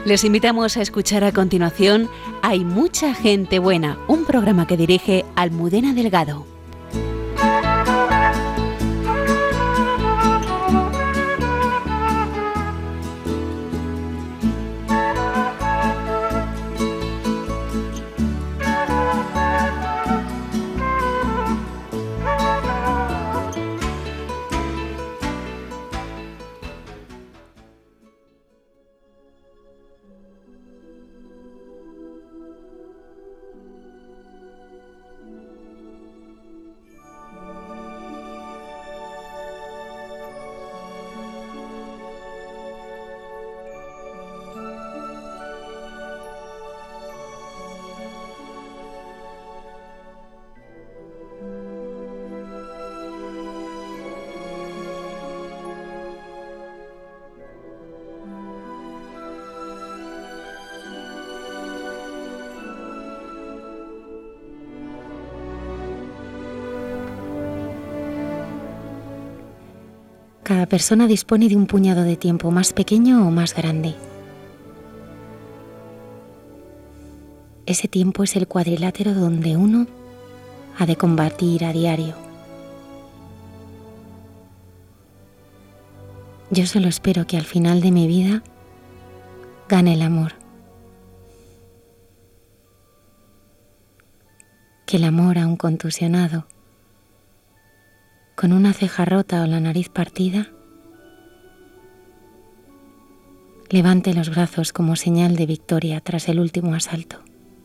Les invitamos a escuchar a continuación Hay mucha gente buena, un programa que dirige Almudena Delgado. Cada persona dispone de un puñado de tiempo, más pequeño o más grande. Ese tiempo es el cuadrilátero donde uno ha de combatir a diario. Yo solo espero que al final de mi vida gane el amor. Que el amor a un contusionado, con una ceja rota o la nariz partida, levante los brazos como señal de victoria tras el último asalto.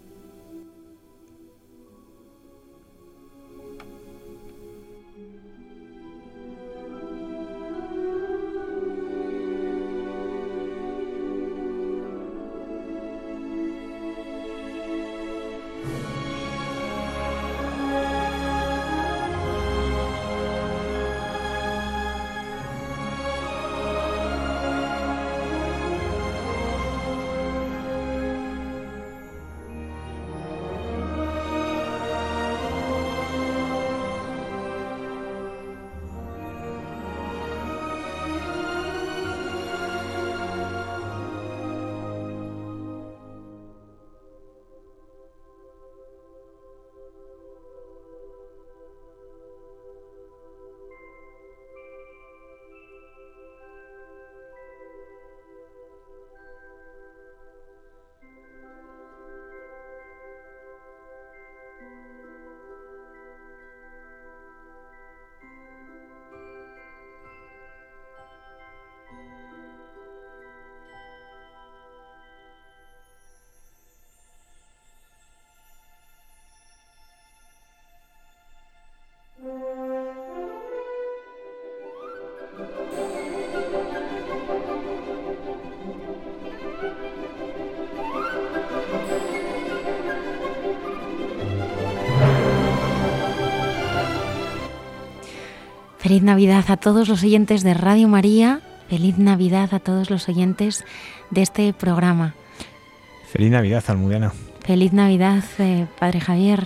Feliz Navidad a todos los oyentes de Radio María, feliz Navidad a todos los oyentes de este programa. Feliz Navidad, Almudena. Feliz Navidad, Padre Javier.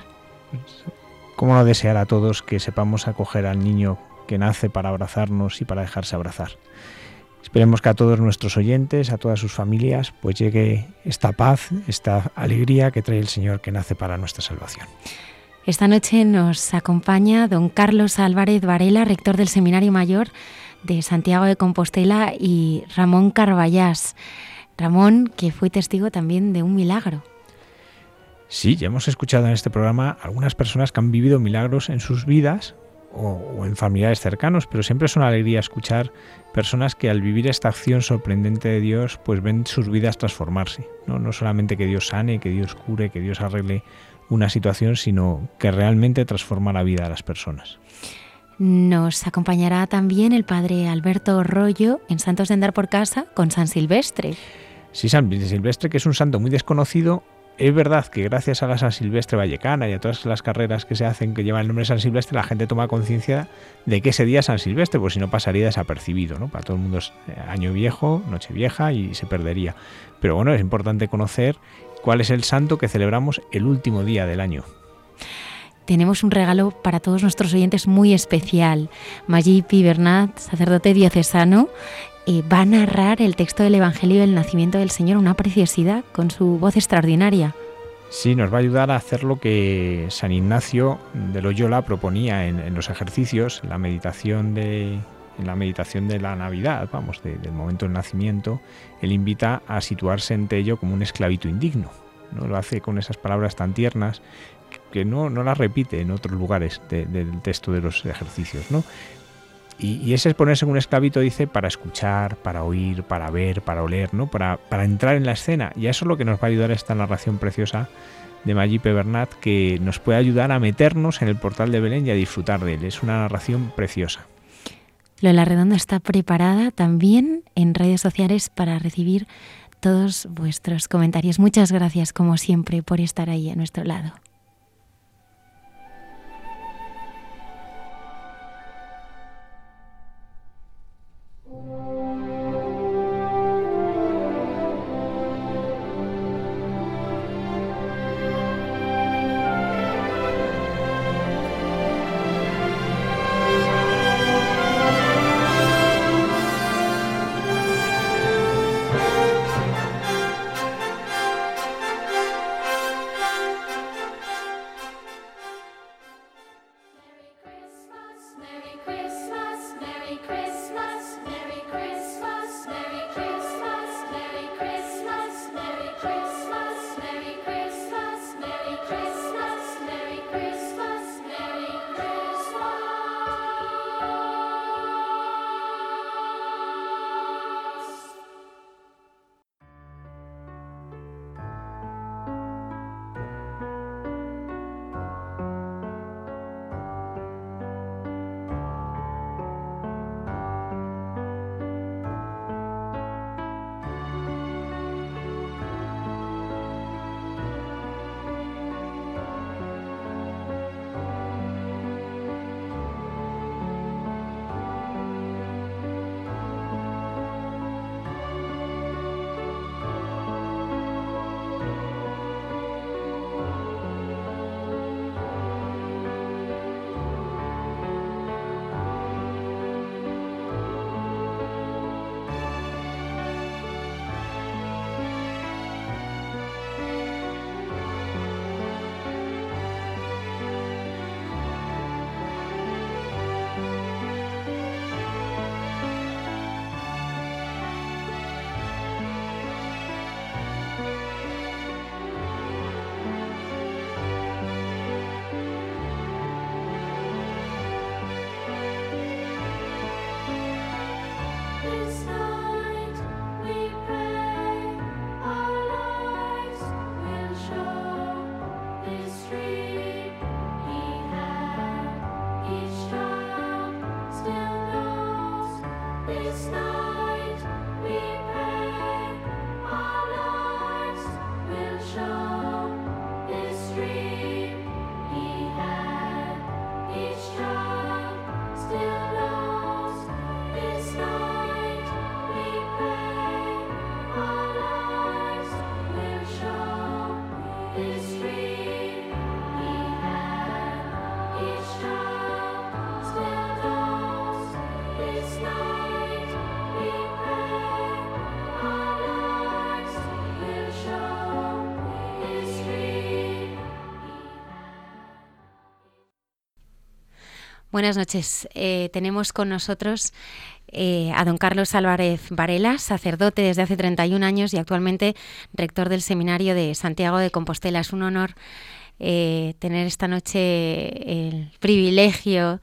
¿Cómo no desear a todos que sepamos acoger al niño que nace para abrazarnos y para dejarse abrazar? Esperemos que a todos nuestros oyentes, a todas sus familias, pues llegue esta paz, esta alegría que trae el Señor que nace para nuestra salvación. Esta noche nos acompaña don Carlos Álvarez Varela, rector del Seminario Mayor de Santiago de Compostela, y Ramón Carballás. Ramón, que fue testigo también de un milagro. Sí, ya hemos escuchado en este programa algunas personas que han vivido milagros en sus vidas o en familiares cercanos, pero siempre es una alegría escuchar personas que al vivir esta acción sorprendente de Dios, pues ven sus vidas transformarse. No solamente que Dios sane, que Dios cure, que Dios arregle una situación, sino que realmente transforma la vida de las personas. Nos acompañará también el padre Alberto Rollo en Santos de Andar por Casa con San Silvestre. Sí, San Silvestre, que es un santo muy desconocido. Es verdad que gracias a la San Silvestre Vallecana y a todas las carreras que se hacen que llevan el nombre de San Silvestre, la gente toma conciencia de que ese día es San Silvestre, pues si no pasaría desapercibido, ¿no? Para todo el mundo es año viejo, noche vieja y se perdería. Pero bueno, es importante conocer cuál es el santo que celebramos el último día del año. Tenemos un regalo para todos nuestros oyentes muy especial. Magí Pi Bernat, sacerdote diocesano, va a narrar el texto del Evangelio del Nacimiento del Señor, una preciosidad, con su voz extraordinaria. Sí, nos va a ayudar a hacer lo que San Ignacio de Loyola proponía en los ejercicios, en la meditación de la Navidad, del momento del nacimiento. Él invita a situarse ante ello como un esclavito indigno, ¿no? Lo hace con esas palabras tan tiernas que no las repite en otros lugares del texto de los ejercicios, ¿no? Y ese es ponerse en un esclavito, dice, para escuchar, para oír, para ver, para oler, ¿no? Para entrar en la escena. Y a eso es lo que nos va a ayudar esta narración preciosa de Magí Pebernat, que nos puede ayudar a meternos en el portal de Belén y a disfrutar de él. Es una narración preciosa. Lola Redondo está preparada también en redes sociales para recibir todos vuestros comentarios. Muchas gracias, como siempre, por estar ahí a nuestro lado. Buenas noches. Tenemos con nosotros a don Carlos Álvarez Varela, sacerdote desde hace 31 años y actualmente rector del Seminario de Santiago de Compostela. Es un honor tener esta noche el privilegio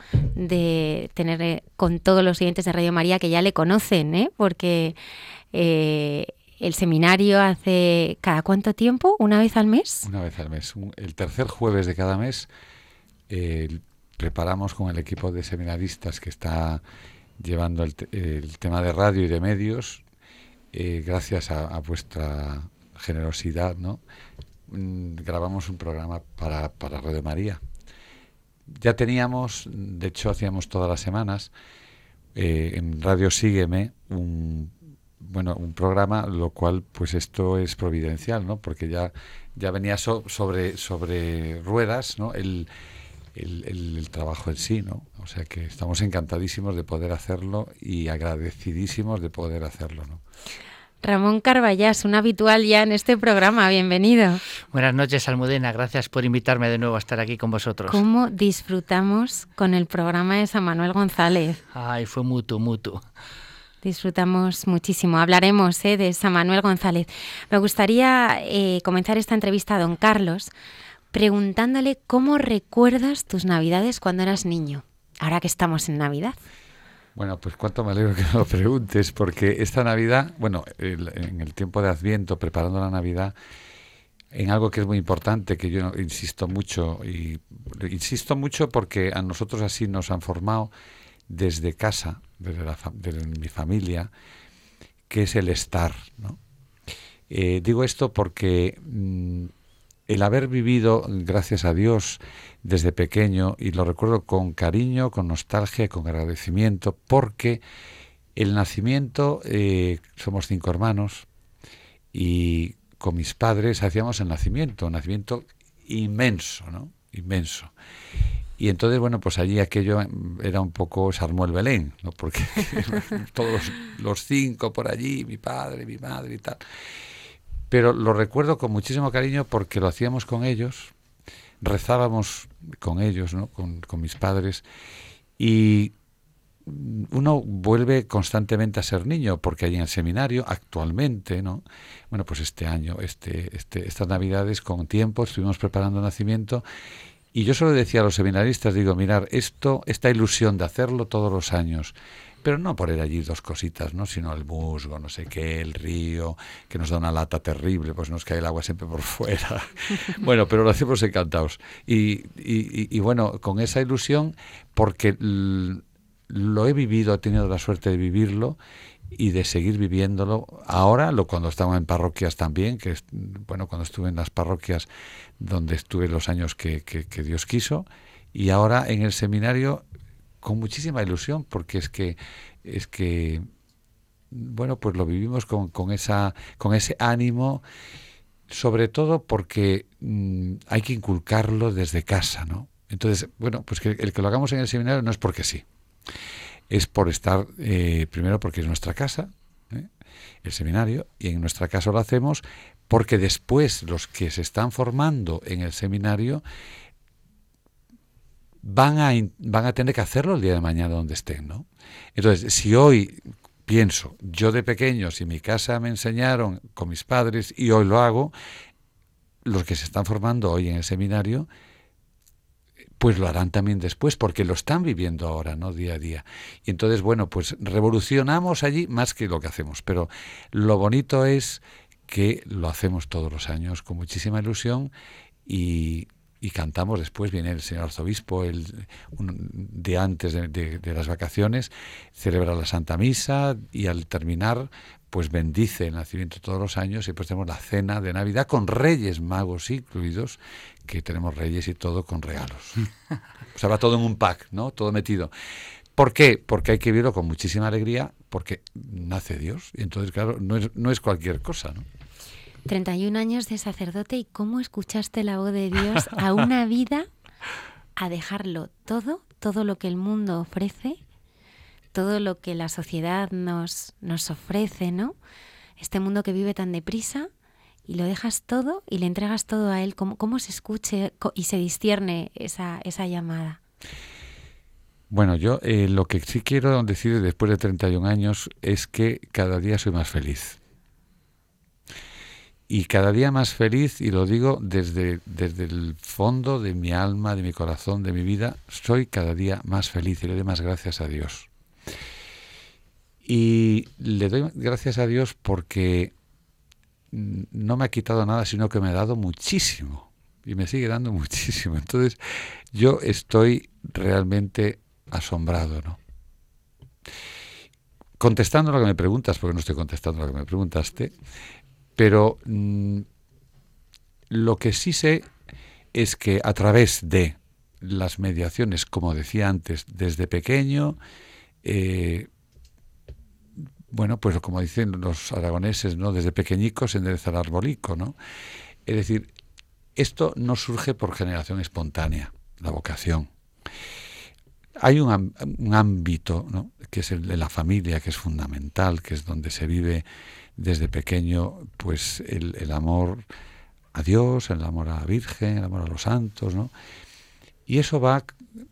de tener con todos los oyentes de Radio María que ya le conocen, porque el seminario hace ¿cada cuánto tiempo? ¿Una vez al mes? Una vez al mes. El tercer jueves de cada mes preparamos con el equipo de seminaristas que está llevando el tema de radio y de medios, gracias a vuestra generosidad, ¿no? Grabamos un programa para Radio María. Ya teníamos, de hecho hacíamos todas las semanas, en Radio Sígueme, un programa, lo cual pues esto es providencial, ¿no? Porque ya venía sobre ruedas, ¿no? el trabajo en sí, ¿no? O sea que estamos encantadísimos de poder hacerlo y agradecidísimos de poder hacerlo, ¿no? Ramón Carballás, un habitual ya en este programa, bienvenido. Buenas noches, Almudena, gracias por invitarme de nuevo a estar aquí con vosotros. ¿Cómo disfrutamos con el programa de San Manuel González? Ay, fue mutuo. Disfrutamos muchísimo. Hablaremos de San Manuel González. Me gustaría comenzar esta entrevista a don Carlos preguntándole cómo recuerdas tus Navidades cuando eras niño, ahora que estamos en Navidad. Bueno, pues cuánto me alegro que me lo preguntes, porque esta Navidad, bueno, en el tiempo de Adviento, preparando la Navidad, en algo que es muy importante, que yo insisto mucho porque a nosotros así nos han formado desde casa, desde mi familia, que es el estar, ¿no? Digo esto porque el haber vivido, gracias a Dios, desde pequeño, y lo recuerdo con cariño, con nostalgia, con agradecimiento, porque el nacimiento, somos 5 hermanos, y con mis padres hacíamos el nacimiento, un nacimiento inmenso, ¿no? Inmenso. Y entonces, bueno, pues allí aquello era un poco, se armó el Belén, ¿no? Porque todos los 5 por allí, mi padre, mi madre y tal. Pero lo recuerdo con muchísimo cariño porque lo hacíamos con ellos, rezábamos con ellos, ¿no? Con mis padres, y uno vuelve constantemente a ser niño, porque allí en el seminario, actualmente, ¿no? Bueno, pues este año, estas Navidades, con tiempo, estuvimos preparando el nacimiento, y yo solo decía a los seminaristas, digo, mirar, esta ilusión de hacerlo todos los años, pero no poner allí 2 cositas, ¿no? Sino el musgo, no sé qué, el río, que nos da una lata terrible, pues nos cae el agua siempre por fuera. Bueno, pero lo hacemos encantados. Y bueno, con esa ilusión, porque lo he vivido, he tenido la suerte de vivirlo y de seguir viviéndolo. Ahora, cuando estamos en parroquias también, bueno, cuando estuve en las parroquias donde estuve los años que Dios quiso, y ahora en el seminario con muchísima ilusión, porque es que bueno, pues lo vivimos con ese ánimo, sobre todo porque hay que inculcarlo desde casa, ¿no? Entonces, bueno, pues que el que lo hagamos en el seminario no es porque sí, es por estar, primero porque es nuestra casa, el seminario, y en nuestra casa lo hacemos porque después los que se están formando en el seminario van a tener que hacerlo el día de mañana donde estén, ¿no? Entonces, si hoy pienso, yo de pequeño, si en mi casa me enseñaron con mis padres y hoy lo hago, los que se están formando hoy en el seminario, pues lo harán también después, porque lo están viviendo ahora, ¿no? Día a día. Y entonces, bueno, pues revolucionamos allí más que lo que hacemos, pero lo bonito es que lo hacemos todos los años con muchísima ilusión y cantamos. Después viene el señor arzobispo un día antes de las vacaciones, celebra la Santa Misa y al terminar pues bendice el nacimiento todos los años, y después tenemos la cena de Navidad con Reyes Magos incluidos, que tenemos reyes y todo con regalos. O sea, va todo en un pack, ¿no? Todo metido. ¿Por qué? Porque hay que vivirlo con muchísima alegría, porque nace Dios, y entonces, claro, no es cualquier cosa, ¿no? 31 años de sacerdote, ¿y cómo escuchaste la voz de Dios a una vida a dejarlo todo lo que el mundo ofrece, todo lo que la sociedad nos ofrece, ¿no? Este mundo que vive tan deprisa, y lo dejas todo y le entregas todo a Él. ¿Cómo se escuche y se discierne esa llamada? Bueno, yo lo que sí quiero decir después de 31 años es que cada día soy más feliz. Y cada día más feliz, y lo digo desde el fondo de mi alma, de mi corazón, de mi vida, soy cada día más feliz y le doy más gracias a Dios. Y le doy gracias a Dios porque no me ha quitado nada, sino que me ha dado muchísimo. Y me sigue dando muchísimo. Entonces, yo estoy realmente asombrado, ¿no? Contestando lo que me preguntas, porque no estoy contestando lo que me preguntaste, pero lo que sí sé es que a través de las mediaciones, como decía antes, desde pequeño, bueno, pues como dicen los aragoneses, ¿no? Desde pequeñico se endereza el arbolico, ¿no? Es decir, esto no surge por generación espontánea, la vocación. Hay un ámbito, ¿no?, que es el de la familia, que es fundamental, que es donde se vive desde pequeño pues el amor a Dios, el amor a la Virgen, el amor a los santos, ¿no? Y eso va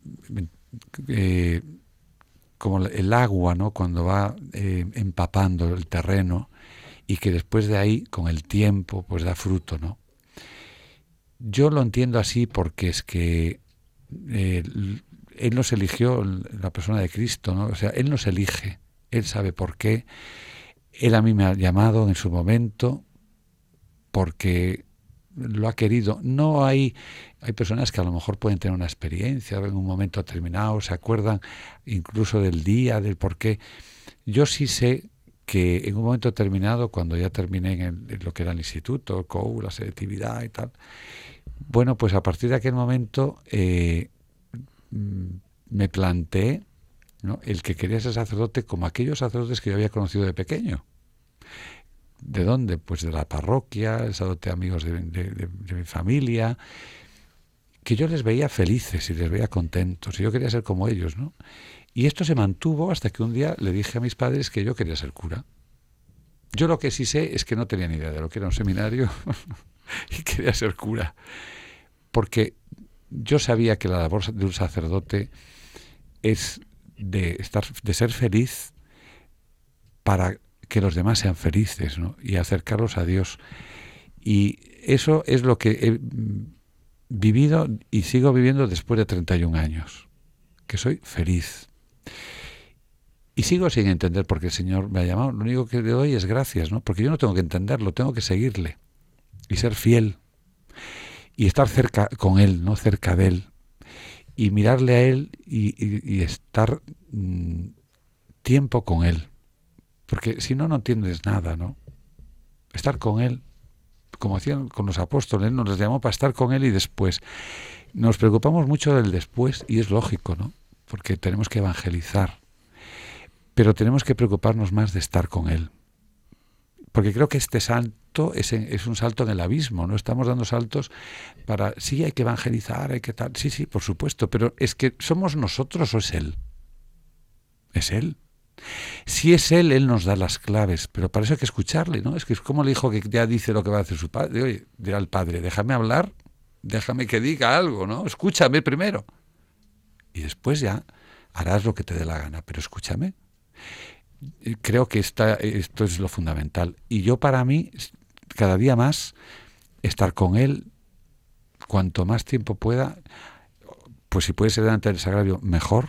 como el agua, ¿no?, cuando va empapando el terreno y que después de ahí, con el tiempo, pues da fruto, ¿no? Yo lo entiendo así porque es que Él nos eligió, la persona de Cristo, ¿no? O sea, Él nos elige, Él sabe por qué. Él a mí me ha llamado en su momento porque lo ha querido. No hay personas que a lo mejor pueden tener una experiencia en un momento determinado, se acuerdan incluso del día, del por qué. Yo sí sé que en un momento determinado, cuando ya terminé en lo que era el instituto, el COU, la selectividad y tal, bueno, pues a partir de aquel momento me planteé, ¿no?, el que quería ser sacerdote como aquellos sacerdotes que yo había conocido de pequeño. ¿De dónde? Pues de la parroquia, el sacerdote amigos de mi familia, que yo les veía felices y les veía contentos, y yo quería ser como ellos, ¿no? Y esto se mantuvo hasta que un día le dije a mis padres que yo quería ser cura. Yo lo que sí sé es que no tenía ni idea de lo que era un seminario y quería ser cura, porque yo sabía que la labor de un sacerdote es de ser feliz para que los demás sean felices, ¿no?, y acercarlos a Dios. Y eso es lo que he vivido y sigo viviendo después de 31 años, que soy feliz. Y sigo sin entender por qué el Señor me ha llamado. Lo único que le doy es gracias, ¿no?, porque yo no tengo que entenderlo, tengo que seguirle y ser fiel y estar cerca con Él, no cerca de Él, y mirarle a Él y estar tiempo con Él, porque si no, no entiendes nada, ¿no? Estar con Él, como hacían con los apóstoles, Él nos llamó para estar con Él y después. Nos preocupamos mucho del después y es lógico, ¿no?, porque tenemos que evangelizar, pero tenemos que preocuparnos más de estar con Él, porque creo que este salto es un salto en el abismo, ¿no? Estamos dando saltos para, sí, hay que evangelizar, hay que tal, sí, por supuesto, pero es que ¿somos nosotros o es Él? Es Él. Si es Él, Él nos da las claves, pero para eso hay que escucharle, ¿no? Es que es como el hijo que ya dice lo que va a hacer su padre. Oye, dirá el padre, déjame hablar, déjame que diga algo, ¿no? Escúchame primero. Y después ya harás lo que te dé la gana, pero escúchame. Creo que esto es lo fundamental. Y yo, para mí, cada día más, estar con Él, cuanto más tiempo pueda, pues si puede ser delante del sagrario, mejor.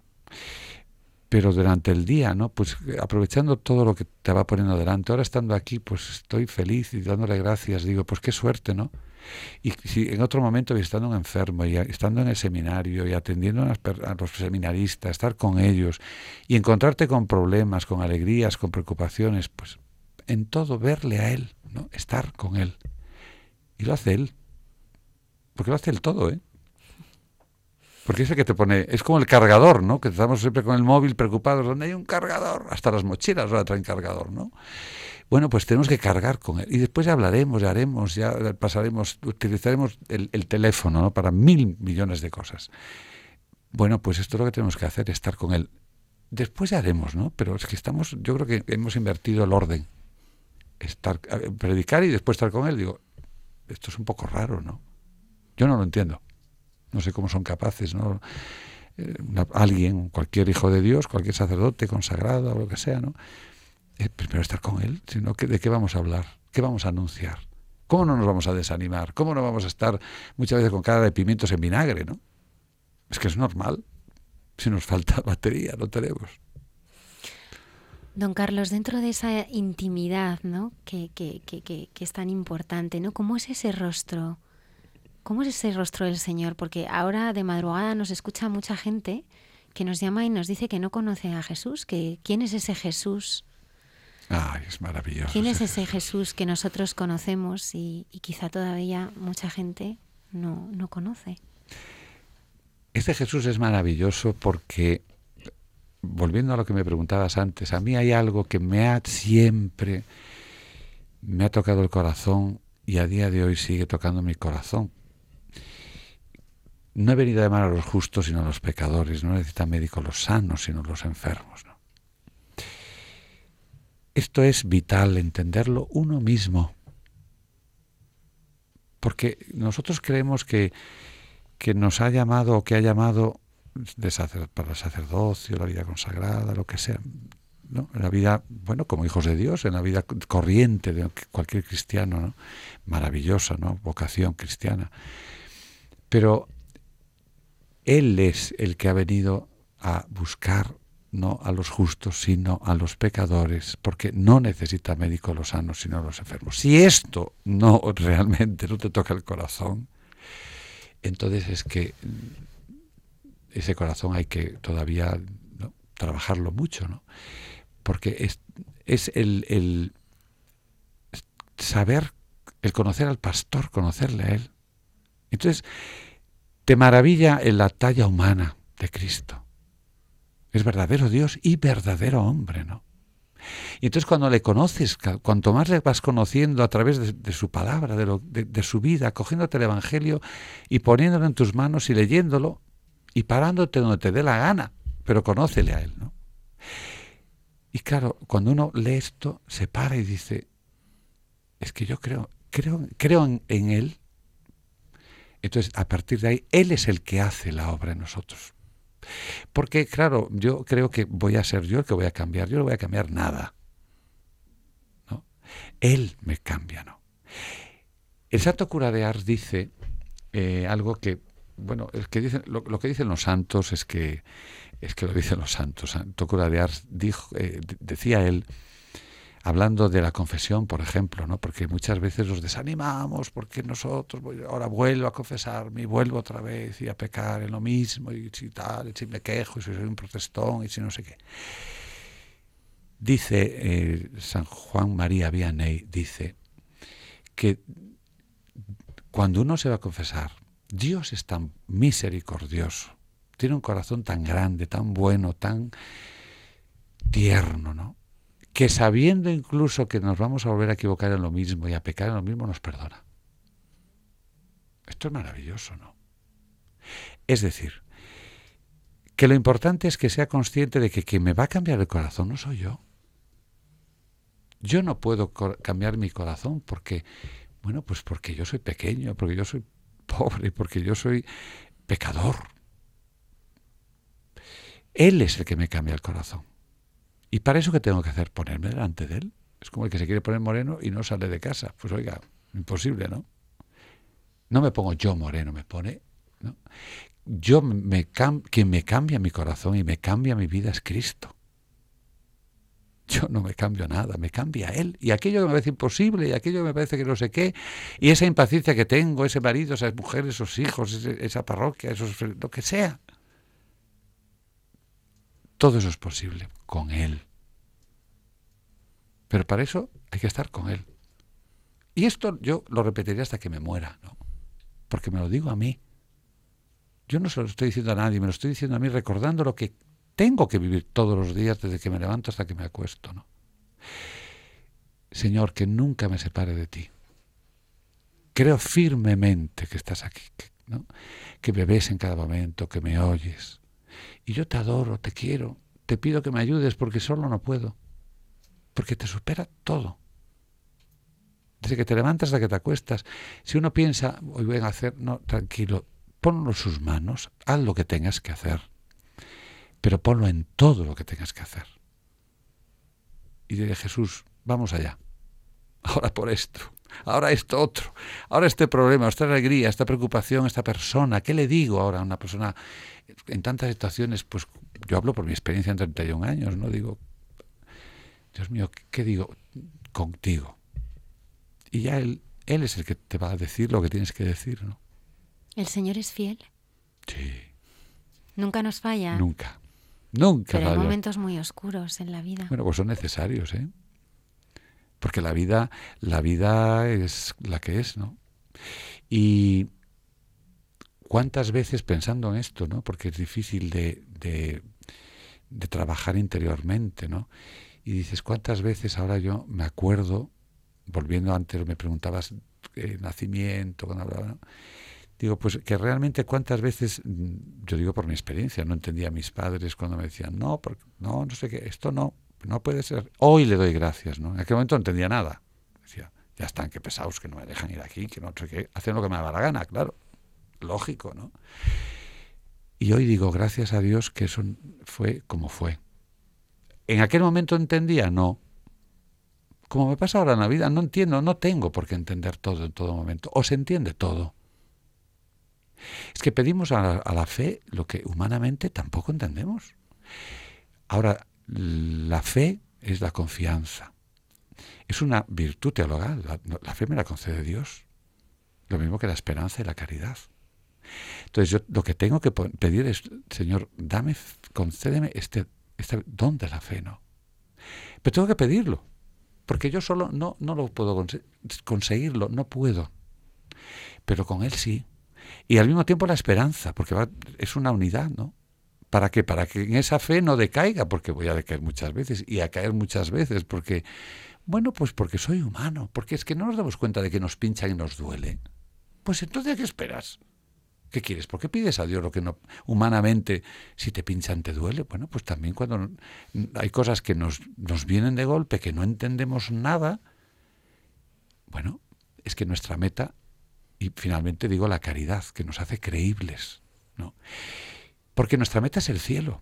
Pero durante el día, ¿no?, pues aprovechando todo lo que te va poniendo delante. Ahora estando aquí, pues estoy feliz y dándole gracias. Digo, pues qué suerte, ¿no? Y si en otro momento, estando un enfermo y estando en el seminario y atendiendo a los seminaristas, estar con ellos y encontrarte con problemas, con alegrías, con preocupaciones, pues en todo verle a Él, ¿no?, estar con Él. Y lo hace Él. Porque lo hace Él todo, ¿eh? Porque es el que te pone, es como el cargador, ¿no?, que estamos siempre con el móvil preocupados, ¿dónde hay un cargador? Hasta las mochilas ahora traen cargador, ¿no? Bueno, pues tenemos que cargar con Él. Y después ya hablaremos, ya haremos, ya pasaremos, utilizaremos el teléfono, ¿no?, para 1.000 millones de cosas. Bueno, pues esto es lo que tenemos que hacer, estar con Él. Después ya haremos, ¿no? Pero es que yo creo que hemos invertido el orden. Predicar y después estar con Él. Digo, esto es un poco raro, ¿no? Yo no lo entiendo. No sé cómo son capaces, ¿no? Alguien, cualquier hijo de Dios, cualquier sacerdote consagrado o lo que sea, ¿no? Primero estar con Él, sino ¿de qué vamos a hablar? ¿Qué vamos a anunciar? ¿Cómo no nos vamos a desanimar? ¿Cómo no vamos a estar muchas veces con cara de pimientos en vinagre, ¿no? Es que es normal. Si nos falta batería, no tenemos. Don Carlos, dentro de esa intimidad, ¿no?, que es tan importante, ¿no?, ¿cómo es ese rostro? ¿Cómo es ese rostro del Señor? Porque ahora de madrugada nos escucha mucha gente que nos llama y nos dice que no conoce a Jesús, que ¿quién es ese Jesús? Ay, es maravilloso. ¿Quién es ese Jesús que nosotros conocemos y quizá todavía mucha gente no conoce? Este Jesús es maravilloso porque, volviendo a lo que me preguntabas antes, a mí hay algo que siempre me ha tocado el corazón y a día de hoy sigue tocando mi corazón. no he venido a llamar a los justos sino a los pecadores, no necesitan médicos los sanos sino los enfermos, ¿no? Esto es vital, entenderlo uno mismo, porque nosotros creemos que nos ha llamado o que ha llamado para el sacerdocio, la vida consagrada, lo que sea, ¿no? En la vida, bueno, como hijos de Dios, en la vida corriente de cualquier cristiano, ¿no? Maravillosa, ¿no? Vocación cristiana. Pero Él es el que ha venido a buscar no a los justos, sino a los pecadores, porque no necesita médico los sanos, sino los enfermos. Si esto no realmente no te toca el corazón, entonces es que ese corazón hay que todavía, ¿no?, trabajarlo mucho, ¿no? Porque es el saber, el conocer al pastor, conocerle a él. Entonces, te maravilla en la talla humana de Cristo. Es verdadero Dios y verdadero hombre, ¿no? Y entonces cuando le conoces, cuanto más le vas conociendo a través de su palabra, de su vida, cogiéndote el Evangelio y poniéndolo en tus manos y leyéndolo y parándote donde te dé la gana, pero conócele a él, ¿no? Y claro, cuando uno lee esto, se para y dice, es que yo creo en él. Entonces, a partir de ahí, él es el que hace la obra en nosotros. Porque, claro, yo creo que voy a ser yo el que voy a cambiar. Yo no voy a cambiar nada, ¿no? Él me cambia, ¿no? El santo cura de Ars dice algo que, bueno, es que dicen, lo que dicen los santos es que lo dicen los santos. Santo cura de Ars decía él, hablando de la confesión, por ejemplo, ¿no? Porque muchas veces los desanimamos, porque nosotros, ahora vuelvo a confesarme y vuelvo otra vez y a pecar en lo mismo, y si tal, y si me quejo, y si soy un protestón, y si no sé qué. Dice San Juan María Vianney, dice que cuando uno se va a confesar, Dios es tan misericordioso, tiene un corazón tan grande, tan bueno, tan tierno, ¿no?, que sabiendo incluso que nos vamos a volver a equivocar en lo mismo y a pecar en lo mismo, nos perdona. Esto es maravilloso, ¿no? Es decir, que lo importante es que sea consciente de que quien me va a cambiar el corazón no soy yo. Yo no puedo cambiar mi corazón porque, bueno, pues porque yo soy pequeño, porque yo soy pobre, porque yo soy pecador. Él es el que me cambia el corazón. ¿Y para eso qué tengo que hacer? ¿Ponerme delante de él? Es como el que se quiere poner moreno y no sale de casa. Pues oiga, imposible, ¿no? No me pongo yo moreno, me pone, ¿no? Quien me cambia mi corazón y me cambia mi vida es Cristo. Yo no me cambio nada, me cambia Él. Y aquello que me parece imposible, y aquello que me parece que no sé qué, y esa impaciencia que tengo, ese marido, esas mujeres, esos hijos, esa parroquia, lo que sea. Todo eso es posible con Él. Pero para eso hay que estar con Él. Y esto yo lo repetiré hasta que me muera, ¿no? Porque me lo digo a mí. Yo no se lo estoy diciendo a nadie, me lo estoy diciendo a mí recordando lo que tengo que vivir todos los días desde que me levanto hasta que me acuesto, ¿no? Señor, que nunca me separe de ti. Creo firmemente que estás aquí, ¿no? Que me ves en cada momento, que me oyes. Y yo te adoro, te quiero, te pido que me ayudes porque solo no puedo. Porque te supera todo. Desde que te levantas hasta que te acuestas. Si uno piensa, hoy voy a hacer, no, tranquilo, ponlo en sus manos, haz lo que tengas que hacer. Pero ponlo en todo lo que tengas que hacer. Y dile, Jesús, vamos allá. Ahora por esto, ahora esto otro, ahora este problema, esta alegría, esta preocupación, esta persona. ¿Qué le digo ahora a una persona en tantas situaciones? Pues yo hablo por mi experiencia en 31 años, ¿no? Digo, Dios mío, ¿qué digo contigo? Y ya Él es el que te va a decir lo que tienes que decir, ¿no? ¿El Señor es fiel? Sí. ¿Nunca nos falla? Nunca Pero hay falla. momentos muy oscuros en la vida. Bueno, pues son necesarios, ¿eh? Porque la vida es la que es, ¿no? Y cuántas veces pensando en esto, ¿no? Porque es difícil de trabajar interiormente, ¿no? Y dices, ¿cuántas veces ahora yo me acuerdo, volviendo antes, me preguntabas nacimiento, cuando hablaba, ¿no? Digo, pues que realmente cuántas veces, yo digo por mi experiencia, no entendía a mis padres cuando me decían, no sé qué, esto no puede ser. Hoy le doy gracias, ¿no? En aquel momento no entendía nada. Decía, ya están, qué pesados, que no me dejan ir aquí, que no sé qué, hacen lo que me da la gana, claro, lógico, ¿no? Y hoy digo, gracias a Dios que eso fue como fue. ¿En aquel momento entendía? No. Como me pasa ahora en la vida, no entiendo, no tengo por qué entender todo en todo momento. O se entiende todo. Es que pedimos a la fe lo que humanamente tampoco entendemos. Ahora, la fe es la confianza. Es una virtud teologal. La fe me la concede Dios. Lo mismo que la esperanza y la caridad. Entonces yo lo que tengo que pedir es, Señor, concédeme este don de la fe, ¿no? Pero tengo que pedirlo, porque yo solo no lo puedo conseguirlo, no puedo. Pero con Él sí. Y al mismo tiempo la esperanza, porque es una unidad, ¿no? ¿Para qué? Para que en esa fe no decaiga, porque voy a decaer muchas veces, y a caer muchas veces, porque, bueno, pues porque soy humano, porque es que no nos damos cuenta de que nos pinchan y nos duele. Pues entonces, ¿qué esperas? ¿Qué quieres? ¿Por qué pides a Dios lo que no humanamente, si te pinchan, te duele? Bueno, pues también cuando hay cosas que nos vienen de golpe, que no entendemos nada, bueno, es que nuestra meta, y finalmente digo la caridad, que nos hace creíbles, ¿no? Porque nuestra meta es el cielo.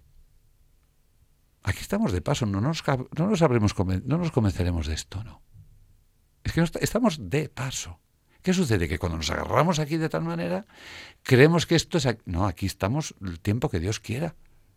Aquí estamos de paso, no nos convenceremos de esto, ¿no? Es que estamos de paso. ¿Qué sucede? Que cuando nos agarramos aquí de tal manera, creemos que esto es... No, aquí estamos el tiempo que Dios quiera.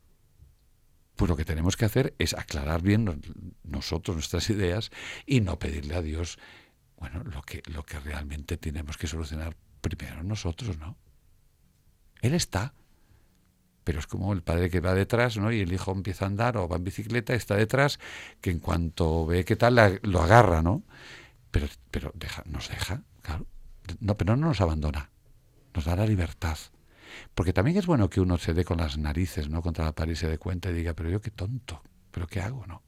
Pues lo que tenemos que hacer es aclarar bien nosotros nuestras ideas y no pedirle a Dios, bueno, lo que realmente tenemos que solucionar primero nosotros, ¿no? Él está, pero es como el padre que va detrás, ¿no? Y el hijo empieza a andar o va en bicicleta, está detrás, que en cuanto ve que tal, lo agarra, ¿no? Pero nos deja, claro. No, pero no nos abandona, nos da la libertad. Porque también es bueno que uno se dé con las narices, ¿no? Contra la pared y se dé cuenta y diga, pero yo qué tonto, pero qué hago, ¿no?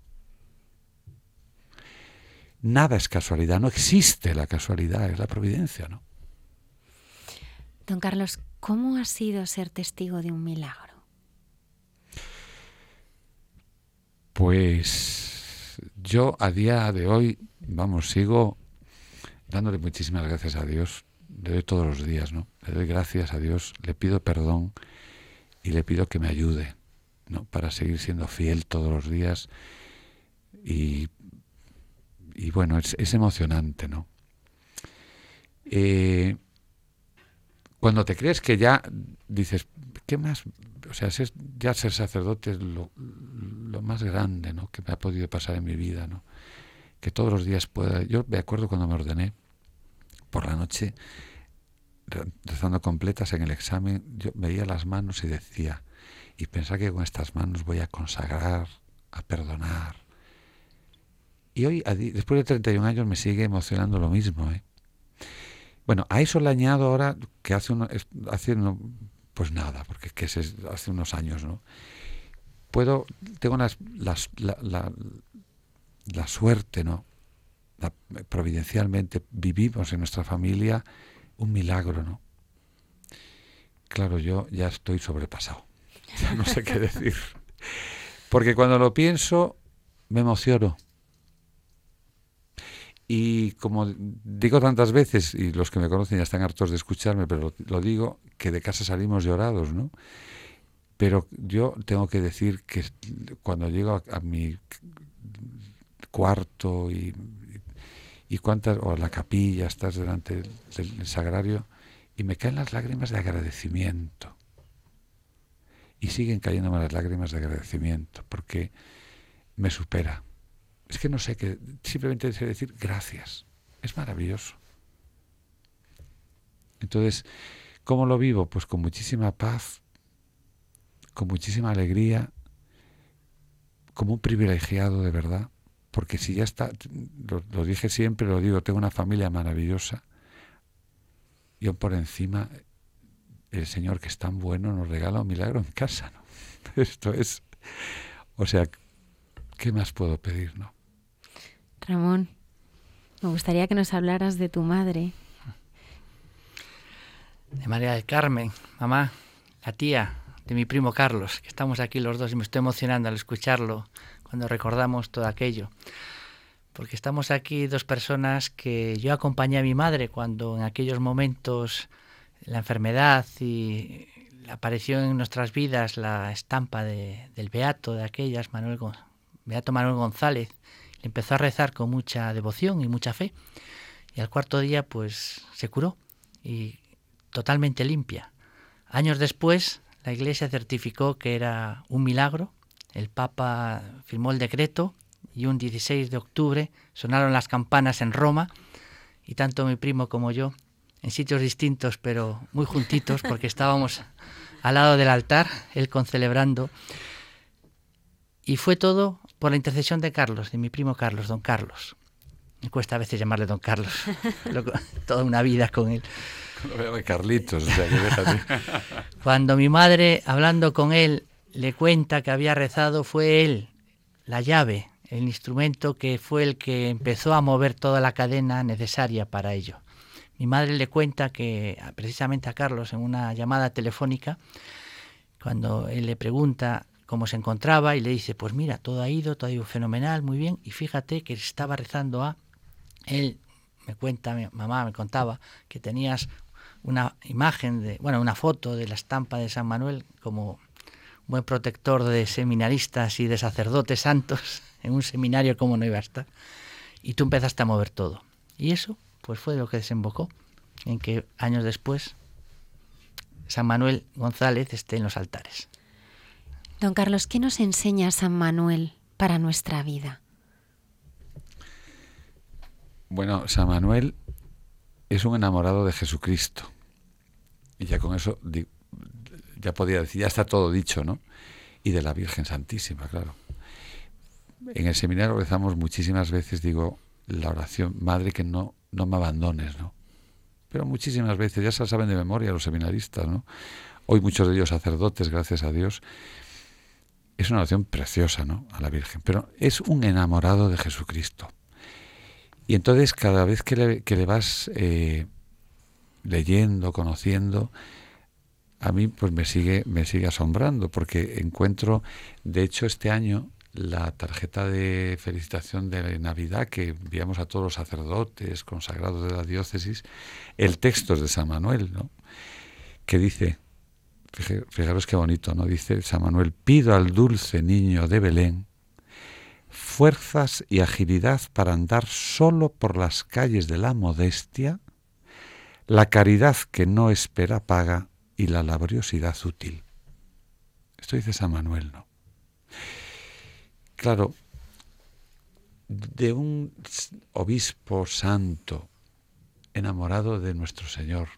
Nada es casualidad, no existe la casualidad, es la providencia, ¿no? Don Carlos, ¿cómo ha sido ser testigo de un milagro? Pues yo a día de hoy, sigo dándole muchísimas gracias a Dios. Le doy todos los días, ¿no? Le doy gracias a Dios, le pido perdón y le pido que me ayude, ¿no? Para seguir siendo fiel todos los días. Y bueno, es emocionante, ¿no? Cuando te crees que ya dices, ¿qué más? O sea, ya ser sacerdote es lo más grande, ¿no? Que me ha podido pasar en mi vida, ¿no? Que todos los días pueda... Yo me acuerdo cuando me ordené, por la noche, rezando completas en el examen, yo veía las manos y decía, y pensaba que con estas manos voy a consagrar, a perdonar. Y hoy, después de 31 años, me sigue emocionando lo mismo, ¿eh? Bueno, a eso le añado ahora que pues nada, porque hace unos años, ¿no? Tengo la suerte, ¿no? Providencialmente vivimos en nuestra familia un milagro, ¿no? Claro, yo ya estoy sobrepasado. Ya no sé qué decir. Porque cuando lo pienso, me emociono. Y como digo tantas veces, y los que me conocen ya están hartos de escucharme, pero lo digo, que de casa salimos llorados, ¿no? Pero yo tengo que decir que cuando llego a mi cuarto o a la capilla, estás delante del sagrario, y me caen las lágrimas de agradecimiento. Y siguen cayéndome las lágrimas de agradecimiento, porque me supera. Es que no sé qué, simplemente sé decir gracias. Es maravilloso. Entonces, ¿cómo lo vivo? Pues con muchísima paz, con muchísima alegría, como un privilegiado de verdad. Porque si ya está, lo dije siempre, lo digo, tengo una familia maravillosa. Yo por encima, el Señor que es tan bueno nos regala un milagro en casa, ¿no? Esto es, o sea, ¿qué más puedo pedir, no? Ramón, me gustaría que nos hablaras de tu madre. de María del Carmen, mamá, la tía de mi primo Carlos, que estamos aquí los dos y me estoy emocionando al escucharlo cuando recordamos todo aquello. Porque estamos aquí dos personas que yo acompañé a mi madre cuando en aquellos momentos la enfermedad y apareció en nuestras vidas la estampa del beato de aquellas, Beato Manuel González. Le empezó a rezar con mucha devoción y mucha fe. Y al cuarto día pues se curó y totalmente limpia. Años después la Iglesia certificó que era un milagro. El Papa firmó el decreto y un 16 de octubre sonaron las campanas en Roma y tanto mi primo como yo, en sitios distintos pero muy juntitos porque estábamos al lado del altar, él concelebrando. Y fue todo por la intercesión de Carlos, de mi primo Carlos, don Carlos. Me cuesta a veces llamarle don Carlos, toda una vida con él. Lo veo de Carlitos, o sea, que déjate. Cuando mi madre, hablando con él, le cuenta que había rezado, fue él, la llave, el instrumento que fue el que empezó a mover toda la cadena necesaria para ello. Mi madre le cuenta que precisamente a Carlos en una llamada telefónica, cuando él le pregunta cómo se encontraba y le dice, pues mira, todo ha ido fenomenal, muy bien, y fíjate que estaba rezando a... Él me cuenta, mi mamá me contaba que tenías una imagen, una foto de la estampa de San Manuel como buen protector de seminaristas y de sacerdotes santos en un seminario, como no iba a estar, y tú empezaste a mover todo. Y eso pues fue lo que desembocó en que años después San Manuel González esté en los altares. Don Carlos, ¿qué nos enseña San Manuel para nuestra vida? Bueno, San Manuel es un enamorado de Jesucristo. Y ya con eso ya podía decir, ya está todo dicho, ¿no? Y de la Virgen Santísima, claro. En el seminario rezamos muchísimas veces, digo, la oración, Madre, que no me abandones, ¿no? Pero muchísimas veces, ya se la saben de memoria los seminaristas, ¿no? Hoy muchos de ellos sacerdotes, gracias a Dios. Es una oración preciosa, ¿no? A la Virgen, pero es un enamorado de Jesucristo. Y entonces cada vez que le vas leyendo, conociendo, a mí pues me sigue asombrando, porque encuentro, de hecho este año, la tarjeta de felicitación de Navidad que enviamos a todos los sacerdotes consagrados de la diócesis, el texto es de San Manuel, ¿no? Que dice, fijaros qué bonito, ¿no? Dice San Manuel, pido al dulce niño de Belén fuerzas y agilidad para andar solo por las calles de la modestia, la caridad que no espera paga y la laboriosidad útil. Esto dice San Manuel, ¿no? Claro, de un obispo santo enamorado de nuestro Señor,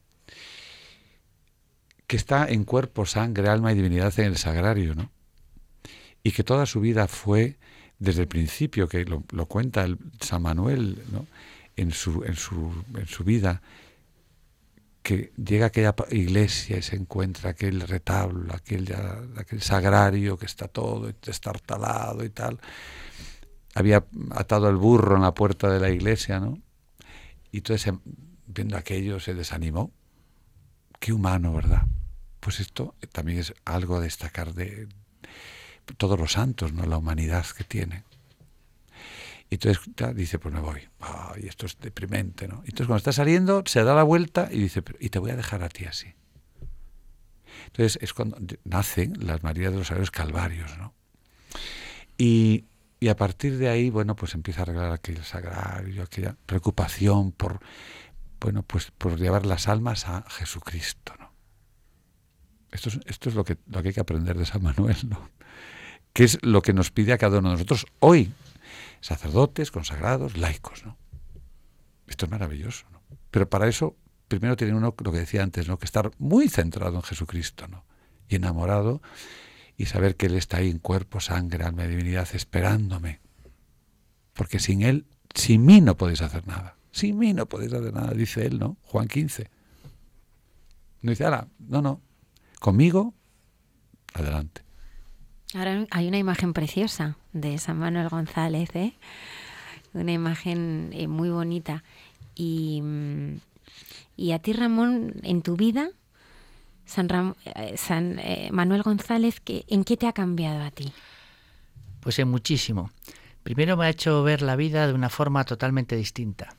que está en cuerpo, sangre, alma y divinidad en el sagrario, ¿no? Y que toda su vida fue, desde el principio, que lo cuenta San Manuel, ¿no? en su vida, que llega a aquella iglesia y se encuentra aquel retablo, aquel sagrario que está todo destartalado y tal. Había atado el burro en la puerta de la iglesia, ¿no? Y entonces, viendo aquello, se desanimó. Qué humano, ¿verdad? Pues esto también es algo a destacar de todos los santos, ¿no? La humanidad que tiene. Y entonces dice, pues me voy. Y esto es deprimente, ¿no? Entonces cuando está saliendo, se da la vuelta y dice, y te voy a dejar a ti así. Entonces es cuando nacen las Marías de los Sagrarios Calvarios, ¿no? Y a partir de ahí, bueno, pues empieza a arreglar aquel sagrario, aquella preocupación por llevar las almas a Jesucristo, ¿no? Esto es lo que hay que aprender de San Manuel, ¿no? Que es lo que nos pide a cada uno de nosotros hoy, sacerdotes, consagrados, laicos, ¿no? Esto es maravilloso, ¿no? Pero para eso, primero tiene uno, lo que decía antes, ¿no? Que estar muy centrado en Jesucristo, ¿no? Y enamorado, y saber que Él está ahí en cuerpo, sangre, alma y divinidad, esperándome. Porque sin Él, sin mí no podéis hacer nada. Sin mí no podéis hacer nada, dice Él, ¿no? Juan 15. No dice, no. Conmigo, adelante. Ahora hay una imagen preciosa de San Manuel González, ¿eh? Una imagen muy bonita. Y Y a ti, Ramón, en tu vida, San Manuel González, ¿en qué te ha cambiado a ti? Pues en muchísimo. Primero me ha hecho ver la vida de una forma totalmente distinta.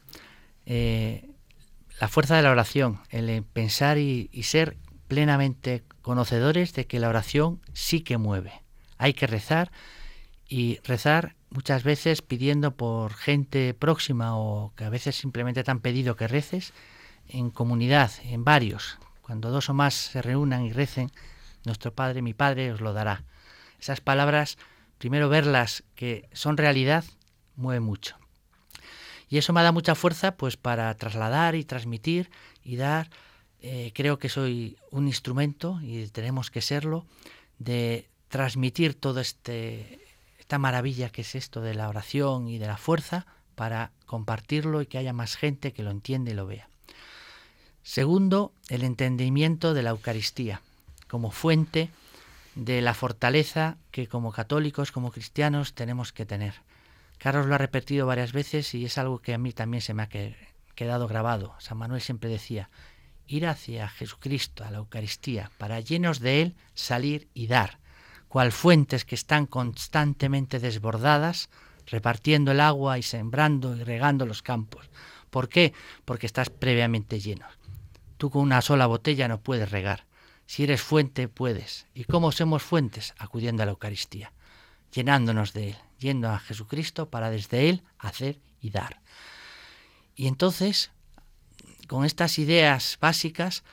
La fuerza de la oración, el pensar y ser plenamente conocedores de que la oración sí que mueve. Hay que rezar, y rezar muchas veces pidiendo por gente próxima, o que a veces simplemente te han pedido que reces, en comunidad, en varios. Cuando 2 o más se reúnan y recen, nuestro Padre, mi Padre, os lo dará. Esas palabras, primero verlas que son realidad, mueve mucho. Y eso me ha dado mucha fuerza pues para trasladar y transmitir y dar. Creo que soy un instrumento, y tenemos que serlo, de transmitir todo esta maravilla que es esto de la oración y de la fuerza, para compartirlo y que haya más gente que lo entienda y lo vea. Segundo, el entendimiento de la Eucaristía como fuente de la fortaleza que como católicos, como cristianos, tenemos que tener. Carlos lo ha repetido varias veces y es algo que a mí también se me ha quedado grabado. San Manuel siempre decía: ir hacia Jesucristo, a la Eucaristía, para llenos de Él salir y dar, cual fuentes que están constantemente desbordadas, repartiendo el agua y sembrando y regando los campos. ¿Por qué? Porque estás previamente lleno. Tú con una sola botella no puedes regar. Si eres fuente, puedes. ¿Y cómo somos fuentes? Acudiendo a la Eucaristía, llenándonos de Él, yendo a Jesucristo para desde Él hacer y dar. Y entonces, con estas ideas básicas,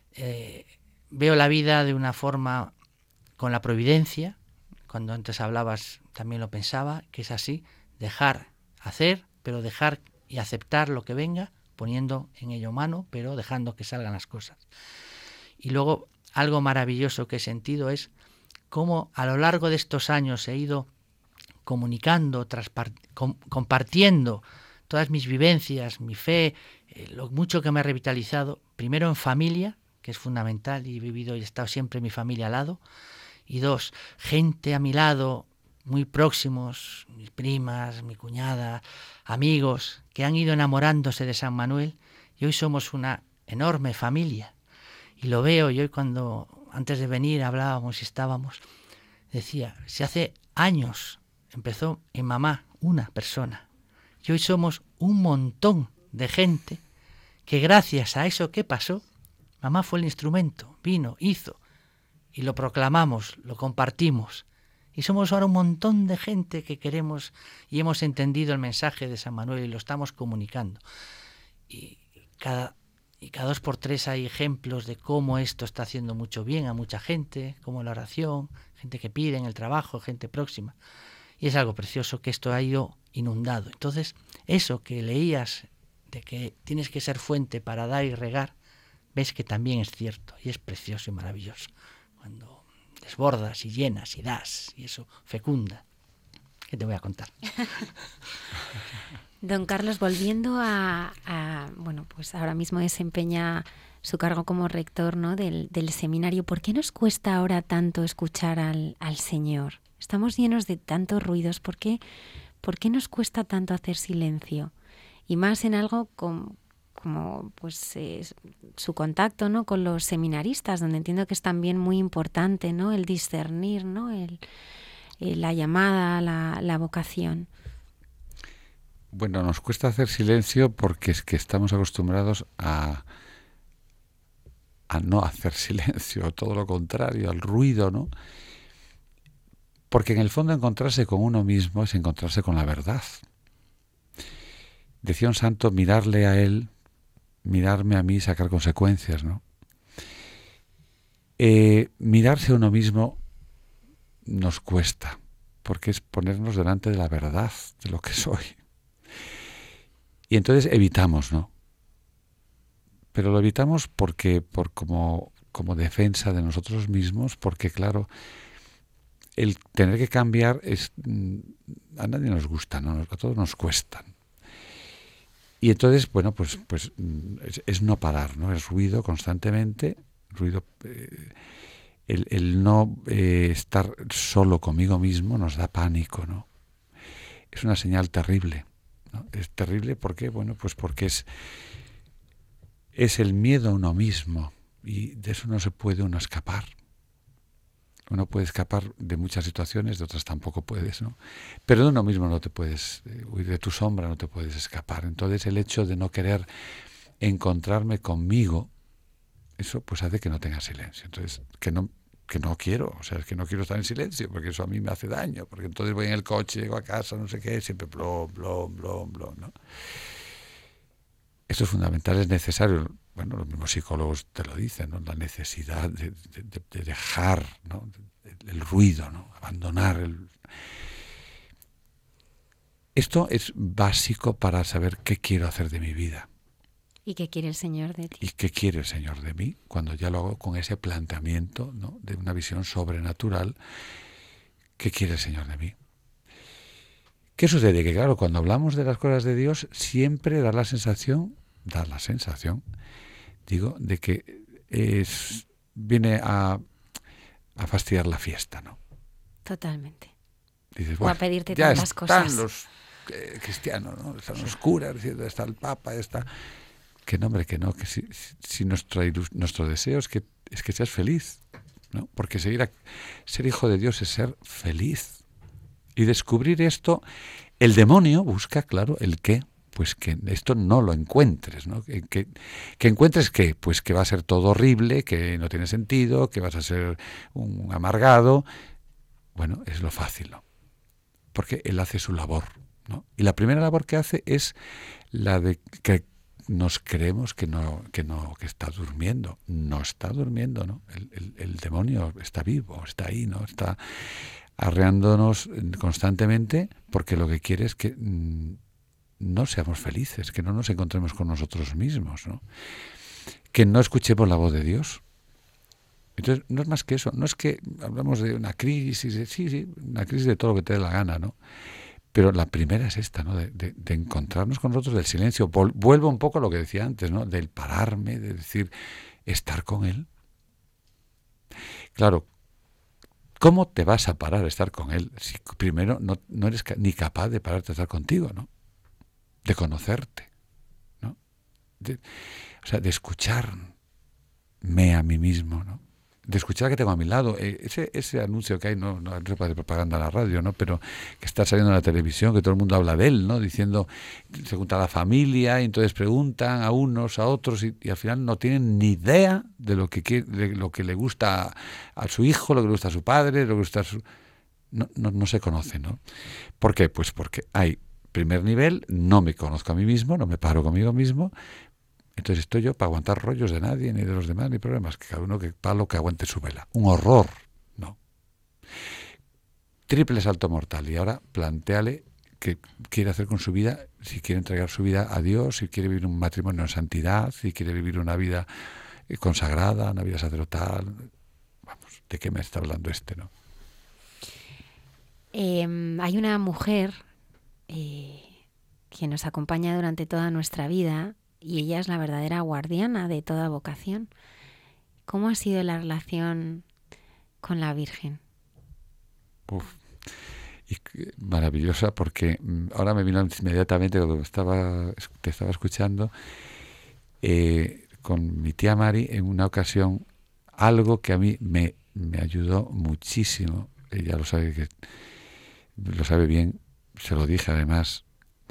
veo la vida de una forma con la providencia. Cuando antes hablabas también lo pensaba, que es así: dejar hacer, pero dejar y aceptar lo que venga, poniendo en ello mano, pero dejando que salgan las cosas. Y luego, algo maravilloso que he sentido es cómo a lo largo de estos años he ido comunicando, compartiendo todas mis vivencias, mi fe, lo mucho que me ha revitalizado, primero en familia, que es fundamental, y he vivido y he estado siempre mi familia al lado, y 2, gente a mi lado, muy próximos, mis primas, mi cuñada, amigos, que han ido enamorándose de San Manuel, y hoy somos una enorme familia. Y lo veo, y hoy cuando antes de venir hablábamos y estábamos, decía, si hace años empezó en mamá una persona, y hoy somos un montón de gente que gracias a eso que pasó, mamá fue el instrumento, vino, hizo, y lo proclamamos, lo compartimos. Y somos ahora un montón de gente que queremos y hemos entendido el mensaje de San Manuel y lo estamos comunicando. Y cada 2 por 3 hay ejemplos de cómo esto está haciendo mucho bien a mucha gente, como la oración, gente que pide en el trabajo, gente próxima. Y es algo precioso que esto ha ido inundado. Entonces, eso que leías de que tienes que ser fuente para dar y regar, ves que también es cierto y es precioso y maravilloso. Cuando desbordas y llenas y das, y eso fecunda. ¿Qué te voy a contar? Don Carlos, volviendo bueno, pues ahora mismo desempeña su cargo como rector, ¿no?, del seminario. ¿Por qué nos cuesta ahora tanto escuchar al Señor? Estamos llenos de tantos ruidos. ¿Por qué nos cuesta tanto hacer silencio? Y más en algo como pues su contacto, ¿no?, con los seminaristas, donde entiendo que es también muy importante, ¿no?, el discernir, ¿no?, la llamada, la vocación. Bueno, nos cuesta hacer silencio porque es que estamos acostumbrados a no hacer silencio, todo lo contrario, al ruido, ¿no? Porque en el fondo encontrarse con uno mismo es encontrarse con la verdad. Decía un santo, mirarle a él, mirarme a mí, sacar consecuencias, ¿no? Mirarse a uno mismo nos cuesta, porque es ponernos delante de la verdad, de lo que soy. Y entonces evitamos, ¿no? Pero lo evitamos como defensa de nosotros mismos, porque claro, el tener que cambiar a nadie nos gusta, ¿no? A todos nos cuesta. Y entonces, bueno, pues es no parar, ¿no? Es ruido constantemente, ruido. El no estar solo conmigo mismo nos da pánico, ¿no? Es una señal terrible, ¿no? Es terrible, ¿por qué? Bueno, pues porque es es el miedo a uno mismo, y de eso no se puede uno escapar. Uno puede escapar de muchas situaciones, de otras tampoco puedes, ¿no? Pero de uno mismo no te puedes huir, de tu sombra no te puedes escapar. Entonces el hecho de no querer encontrarme conmigo, eso pues hace que no tenga silencio. Entonces, que no quiero, o sea, es que no quiero estar en silencio, porque eso a mí me hace daño, porque entonces voy en el coche, llego a casa, no sé qué, siempre blom, ¿no? Esto es fundamental, es necesario. Bueno, los mismos psicólogos te lo dicen, ¿no? La necesidad de dejar, ¿no? El ruido, ¿no? Abandonar Esto es básico para saber qué quiero hacer de mi vida. ¿Y qué quiere el Señor de ti? ¿Y qué quiere el Señor de mí? Cuando ya lo hago con ese planteamiento, ¿no? De una visión sobrenatural, ¿qué quiere el Señor de mí? ¿Qué sucede? Que claro, cuando hablamos de las cosas de Dios, siempre da la sensación, digo, de que viene a fastidiar la fiesta, ¿no? Totalmente. Dices, o a pedirte ya tantas cosas. Están los cristianos, ¿no? Están los curas, está el Papa, está... Que no, hombre, que no, que si nuestro deseo es que seas feliz, ¿no? Porque ser hijo de Dios es ser feliz. Y descubrir esto, el demonio busca, claro, el qué. Pues que esto no lo encuentres, ¿no? Que encuentres que, pues que va a ser todo horrible, que no tiene sentido, que vas a ser un amargado. Bueno, es lo fácil, ¿no? Porque él hace su labor, ¿no? Y la primera labor que hace es la de que nos creemos que está durmiendo. No está durmiendo, ¿no? El demonio está vivo, está ahí, ¿no? Está arreándonos constantemente, porque lo que quiere es que no seamos felices, que no nos encontremos con nosotros mismos, ¿no? Que no escuchemos la voz de Dios. Entonces, no es más que eso. No es que hablamos de una crisis, sí, una crisis de todo lo que te dé la gana, ¿no? Pero la primera es esta, ¿no? De encontrarnos con nosotros, del silencio. Vuelvo un poco a lo que decía antes, ¿no? Del pararme, de decir, estar con Él. Claro, ¿cómo te vas a parar a estar con Él si primero no eres ni capaz de pararte a estar contigo, ¿no? De conocerte, ¿no? De escucharme a mí mismo, ¿no? De escuchar que tengo a mi lado. Ese anuncio que hay, no es para propaganda en la radio, ¿no? Pero que está saliendo en la televisión, que todo el mundo habla de él, ¿no? Diciendo, se junta la familia y entonces preguntan a unos, a otros y al final no tienen ni idea de lo que quiere, de lo que le gusta a su hijo, lo que le gusta a su padre, lo que le gusta a su... No se conocen, ¿no? ¿Por qué? Pues porque hay primer nivel, no me conozco a mí mismo, no me paro conmigo mismo. Entonces estoy yo para aguantar rollos de nadie, ni de los demás, ni problemas, que cada uno que palo que aguante su vela. Un horror, ¿no? Triple salto mortal. Y ahora plantéale qué quiere hacer con su vida, si quiere entregar su vida a Dios, si quiere vivir un matrimonio en santidad, si quiere vivir una vida consagrada, una vida sacerdotal. Vamos, ¿de qué me está hablando no? Hay una mujer que nos acompaña durante toda nuestra vida, y ella es la verdadera guardiana de toda vocación. ¿Cómo ha sido la relación con la Virgen? Maravillosa, porque ahora me vino inmediatamente cuando te estaba escuchando, con mi tía Mari, en una ocasión, algo que a mí me ayudó muchísimo. Ella lo sabe bien, se lo dije además.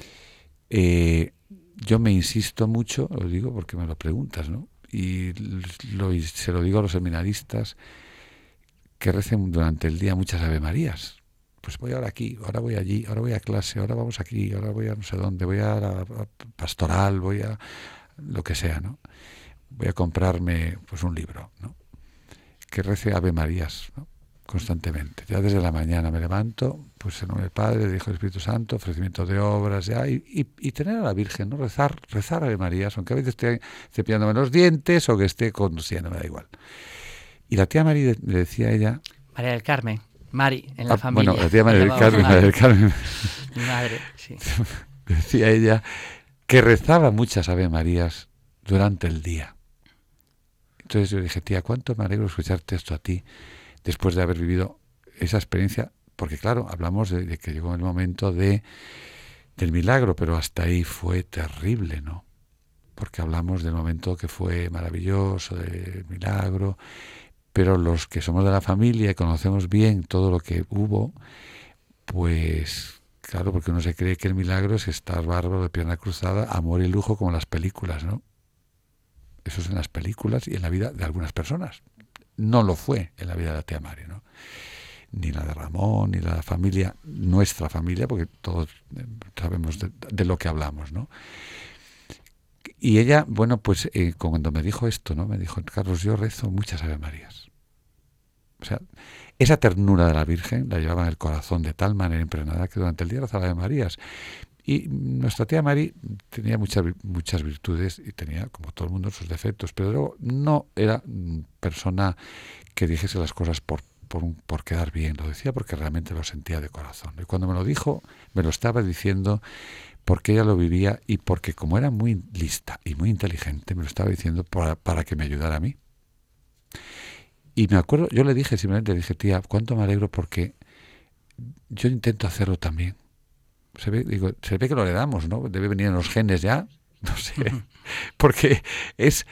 Yo me insisto mucho, lo digo porque me lo preguntas, ¿no? Y se lo digo a los seminaristas que recen durante el día muchas Ave Marías. Pues voy ahora aquí, ahora voy allí, ahora voy a clase, ahora vamos aquí, ahora voy a no sé dónde, voy a la pastoral, voy a lo que sea, ¿no? Voy a comprarme pues un libro, ¿no? Que rece Ave Marías, ¿no? Constantemente. Ya desde la mañana me levanto, pues en nombre del Padre, del Hijo y del Espíritu Santo, ofrecimiento de obras, ya, y tener a la Virgen, ¿no? Rezar Ave Marías, aunque a veces esté cepillándome los dientes o que esté conduciendo, me da igual. Y la tía Mari le decía a ella... María del Carmen, Mari, en la familia. Bueno, la tía María del Carmen. Mi madre, sí. Decía ella que rezaba muchas Ave Marías durante el día. Entonces yo dije, tía, ¿cuánto me alegro escucharte esto a ti? Después de haber vivido esa experiencia, porque claro, hablamos de que llegó el momento del milagro, pero hasta ahí fue terrible, ¿no? porque hablamos del momento que fue maravilloso, del milagro, pero los que somos de la familia y conocemos bien todo lo que hubo, pues claro, porque uno se cree que el milagro es estar bárbaro de pierna cruzada, amor y lujo como en las películas, ¿no? Eso es en las películas y en la vida de algunas personas. No lo fue en la vida de la tía Mari, ¿no? Ni la de Ramón, ni la de la familia, nuestra familia, porque todos sabemos de lo que hablamos, ¿no? Y ella, bueno, pues cuando me dijo esto, ¿no? Me dijo, Carlos, yo rezo muchas Ave Marías. O sea, esa ternura de la Virgen la llevaba en el corazón de tal manera impregnada que durante el día rezaba Ave Marías. Y nuestra tía Mari tenía muchas virtudes y tenía, como todo el mundo, sus defectos, pero luego no era persona que dijese las cosas por quedar bien, lo decía porque realmente lo sentía de corazón. Y cuando me lo dijo, me lo estaba diciendo porque ella lo vivía y porque como era muy lista y muy inteligente, me lo estaba diciendo para que me ayudara a mí. Y me acuerdo, yo le dije, simplemente le dije, tía, cuánto me alegro porque yo intento hacerlo también. Se ve que lo heredamos, ¿no? Debe venir en los genes ya, no sé, porque es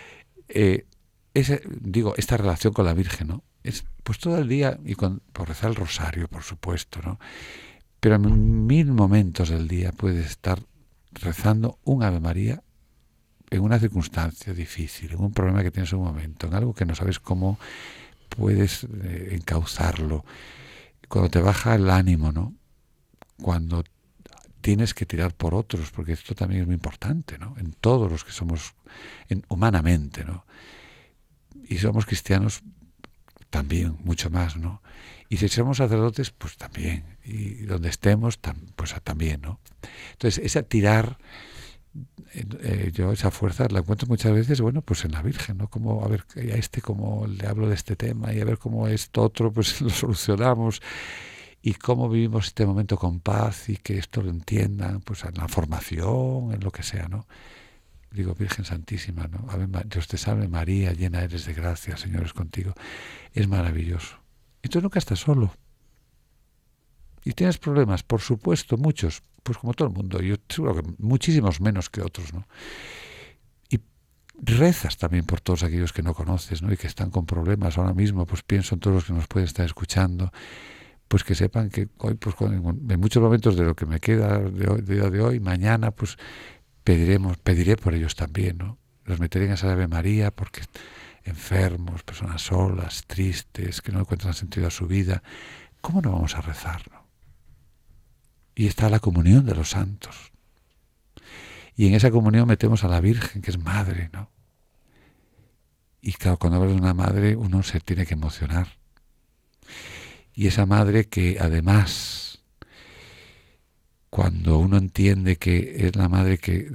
esta relación con la Virgen, ¿no? Es pues todo el día y por rezar el rosario, por supuesto, ¿no? Pero en 1000 momentos del día puedes estar rezando un Ave María en una circunstancia difícil, en un problema que tienes en un momento, en algo que no sabes cómo puedes encauzarlo, cuando te baja el ánimo, ¿no? Cuando tienes que tirar por otros, porque esto también es muy importante, ¿no? En todos los que somos humanamente, ¿no? Y somos cristianos también, mucho más, ¿no? Y si somos sacerdotes, pues también. Y donde estemos, pues también, ¿no? Entonces, esa tirar, yo esa fuerza la encuentro muchas veces, bueno, pues en la Virgen, ¿no? Como, a ver, como le hablo de este tema y a ver cómo esto otro, pues lo solucionamos. Y cómo vivimos este momento con paz y que esto lo entiendan, pues en la formación, en lo que sea, ¿no? Digo, Virgen Santísima, ¿no? Dios te salve María, llena eres de gracia, Señor es contigo. Es maravilloso. Y tú nunca estás solo. Y tienes problemas, por supuesto, muchos, pues como todo el mundo. Yo seguro que muchísimos menos que otros, ¿no? Y rezas también por todos aquellos que no conoces, ¿no? Y que están con problemas ahora mismo, pues pienso en todos los que nos pueden estar escuchando, pues que sepan que hoy, pues en muchos momentos de lo que me queda de hoy, mañana, pues pediré por ellos también, ¿no? Los meteré en esa Ave María porque enfermos, personas solas, tristes, que no encuentran sentido a su vida. ¿Cómo no vamos a rezar, no? Y está la comunión de los santos. Y en esa comunión metemos a la Virgen, que es madre, ¿no? Y claro, cuando hablas de una madre, uno se tiene que emocionar. Y esa madre que además, cuando uno entiende que es la madre que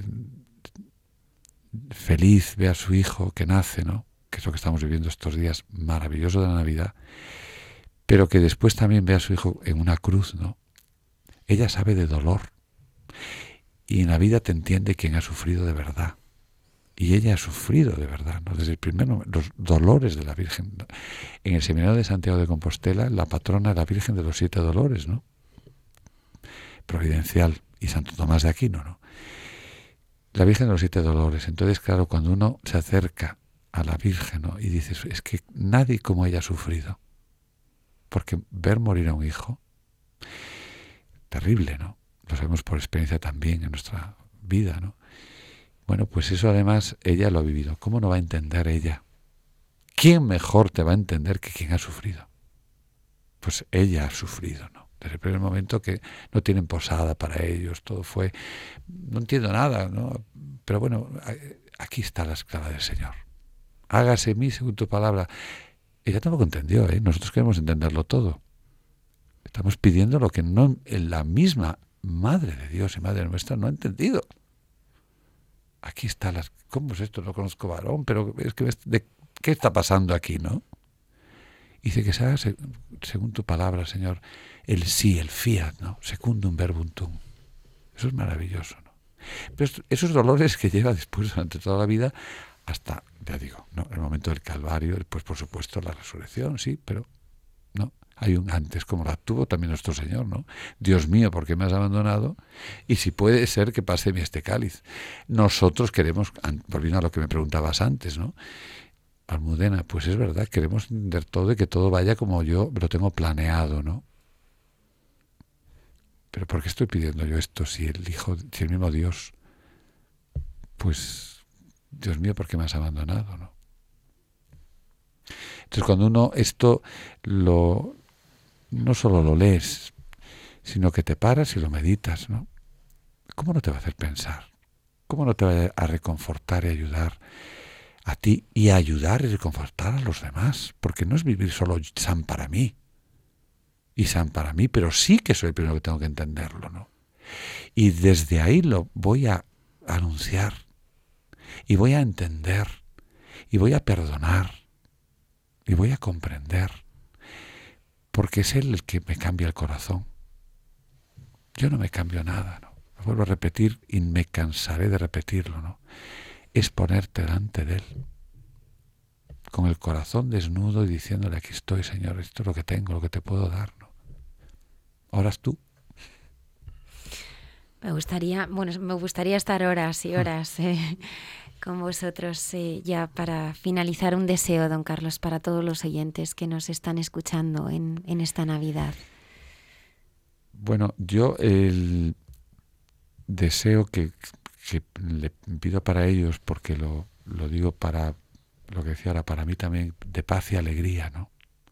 feliz ve a su hijo que nace, ¿no? Que es lo que estamos viviendo estos días maravilloso de la Navidad, pero que después también ve a su hijo en una cruz, ¿no? Ella sabe de dolor y en la vida te entiende quien ha sufrido de verdad. Y ella ha sufrido de verdad, ¿no? Desde el primer momento, los dolores de la Virgen. En el seminario de Santiago de Compostela, la patrona es la Virgen de los 7 dolores, ¿no? Providencial, y Santo Tomás de Aquino, ¿no? La Virgen de los 7 dolores. Entonces, claro, cuando uno se acerca a la Virgen, ¿no? Y dices, es que nadie como ella ha sufrido. Porque ver morir a un hijo, terrible, ¿no? Lo sabemos por experiencia también en nuestra vida, ¿no? Bueno, pues eso además ella lo ha vivido. ¿Cómo no va a entender ella? ¿Quién mejor te va a entender que quien ha sufrido? Pues ella ha sufrido, ¿no? Desde el primer momento que no tienen posada para ellos, todo fue... No entiendo nada, ¿no? Pero bueno, aquí está la esclava del Señor. Hágase en mí según tu palabra. Ella tampoco entendió, ¿eh? Nosotros queremos entenderlo todo. Estamos pidiendo lo que no la misma Madre de Dios y Madre nuestra no ha entendido. Aquí está ¿cómo es esto? No conozco varón, pero es que ¿qué está pasando aquí, no? Dice que se haga según tu palabra, Señor, el sí, el fiat, ¿no? Secundum verbum tuum. Eso es maravilloso, ¿no? Pero esos dolores que lleva después durante toda la vida hasta, ya digo, ¿no? El momento del Calvario, después por supuesto la resurrección, sí, pero no. Hay un antes, como la tuvo también nuestro Señor, ¿no? Dios mío, ¿por qué me has abandonado? Y si puede ser que pase mi este cáliz. Nosotros queremos, volviendo a lo que me preguntabas antes, ¿no? Almudena, pues es verdad, queremos entender todo y que todo vaya como yo lo tengo planeado, ¿no? Pero ¿por qué estoy pidiendo yo esto si el mismo Dios, pues, Dios mío, ¿por qué me has abandonado, no? Entonces, cuando uno esto no solo lo lees, sino que te paras y lo meditas, ¿no? ¿Cómo no te va a hacer pensar? ¿Cómo no te va a reconfortar y ayudar a ti y a ayudar y reconfortar a los demás? Porque no es vivir solo san para mí y san para mí, pero sí que soy el primero que tengo que entenderlo, ¿no? Y desde ahí lo voy a anunciar y voy a entender y voy a perdonar y voy a comprender, porque es Él el que me cambia el corazón. Yo no me cambio nada, ¿no? Lo vuelvo a repetir y me cansaré de repetirlo, ¿no? Es ponerte delante de Él, con el corazón desnudo y diciéndole, aquí estoy, Señor, esto es lo que tengo, lo que te puedo dar, ¿no? Oras tú. Me gustaría estar horas y horas con vosotros, ya para finalizar, un deseo, don Carlos, para todos los oyentes que nos están escuchando en esta Navidad. Bueno, yo el deseo que le pido para ellos, porque lo digo para lo que decía ahora, para mí también, de paz y alegría, ¿no?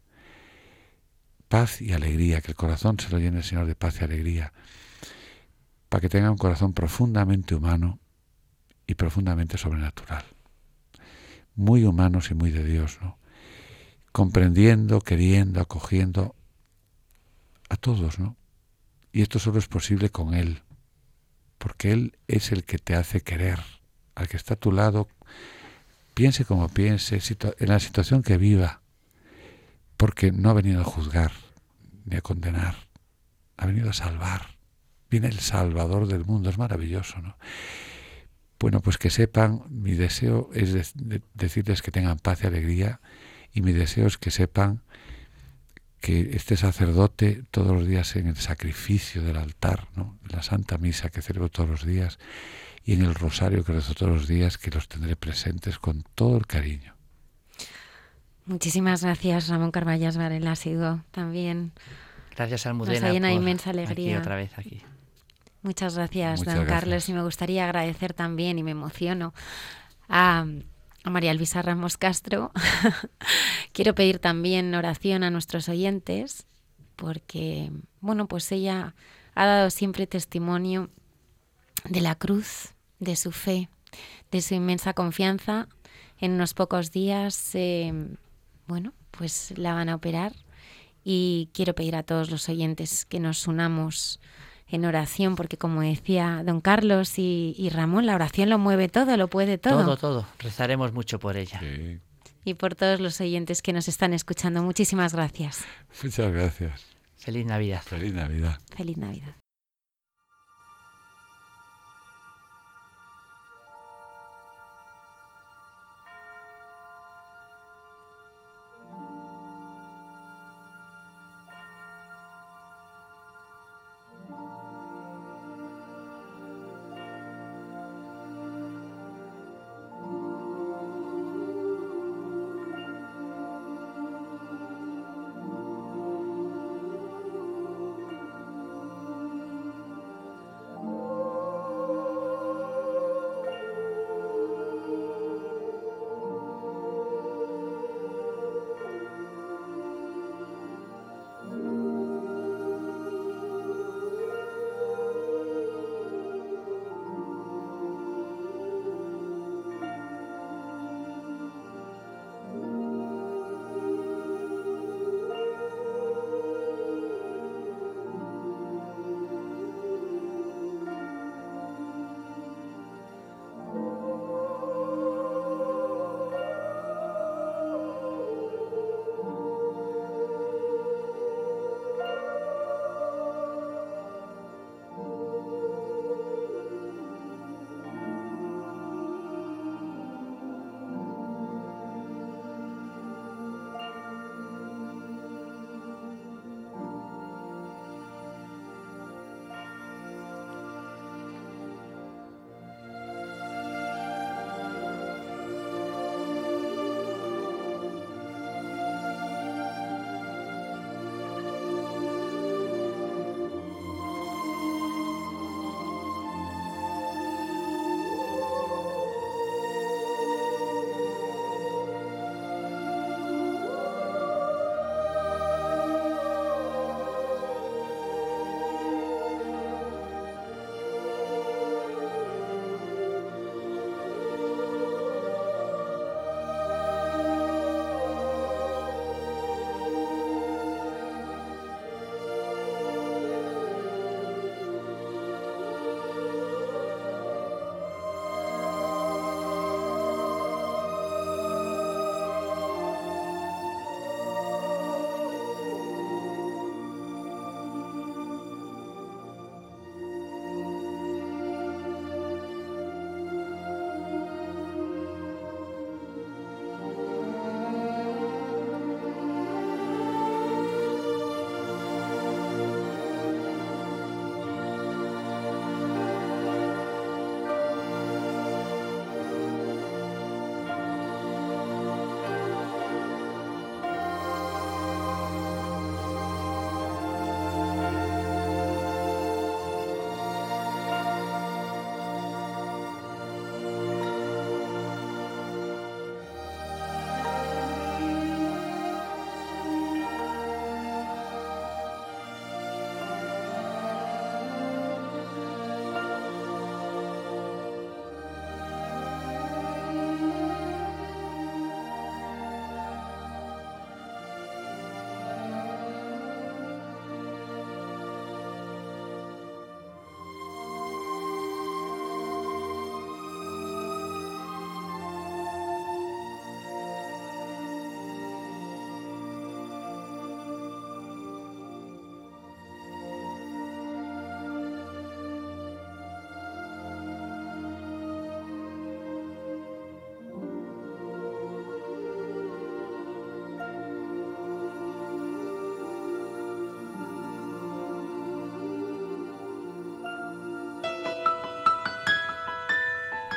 Paz y alegría, que el corazón se lo llene el Señor de paz y alegría, para que tenga un corazón profundamente humano y profundamente sobrenatural. Muy humanos y muy de Dios, ¿no? Comprendiendo, queriendo, acogiendo a todos, ¿no? Y esto solo es posible con Él, porque Él es el que te hace querer, al que está a tu lado, piense como piense, en la situación que viva, porque no ha venido a juzgar ni a condenar, ha venido a salvar. Viene el Salvador del mundo, es maravilloso, ¿no? Bueno, pues que sepan, mi deseo es decirles que tengan paz y alegría, y mi deseo es que sepan que este sacerdote todos los días en el sacrificio del altar, ¿no? En la Santa Misa que celebro todos los días y en el rosario que rezo todos los días, que los tendré presentes con todo el cariño. Muchísimas gracias, Ramón Carballas Varela. Ha sido también... Gracias, Almudena. Nos ha llenado por inmensa alegría. Aquí, otra vez aquí. Muchas gracias, Muchas don gracias. Carlos. Y me gustaría agradecer también, y me emociono, a María Luisa Ramos Castro. Quiero pedir también oración a nuestros oyentes, porque, bueno, pues ella ha dado siempre testimonio de la cruz, de su fe, de su inmensa confianza. En unos pocos días, pues la van a operar, y quiero pedir a todos los oyentes que nos unamos en oración, porque como decía don Carlos y Ramón, la oración lo mueve todo, lo puede todo. Todo. Rezaremos mucho por ella. Sí. Y por todos los oyentes que nos están escuchando. Muchísimas gracias. Muchas gracias. Feliz Navidad. Feliz Navidad. Feliz Navidad.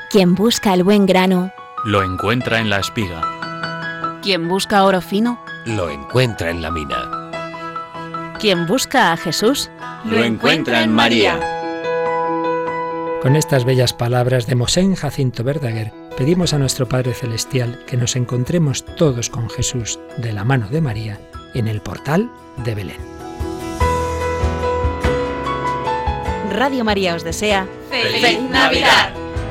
Quien busca el buen grano, lo encuentra en la espiga. Quien busca oro fino, lo encuentra en la mina. quien busca a Jesús, lo encuentra en María. Con estas bellas palabras de Mosén Jacinto Verdaguer, pedimos a nuestro Padre Celestial que nos encontremos todos con Jesús de la mano de María en el portal de Belén. Radio María os desea ¡Feliz Navidad!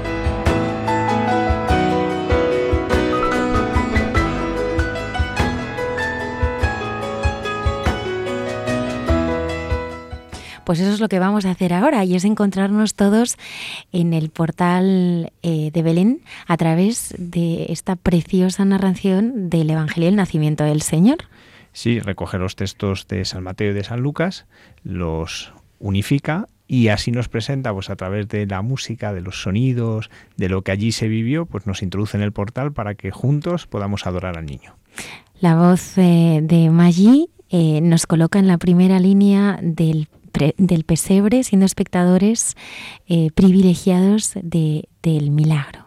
Pues eso es lo que vamos a hacer ahora, y es encontrarnos todos en el portal de Belén a través de esta preciosa narración del Evangelio del Nacimiento del Señor. Sí, recoge los textos de San Mateo y de San Lucas, los unifica y así nos presenta, pues a través de la música, de los sonidos, de lo que allí se vivió, pues nos introduce en el portal para que juntos podamos adorar al niño. La voz de Maggi nos coloca en la primera línea del pesebre, siendo espectadores privilegiados del milagro.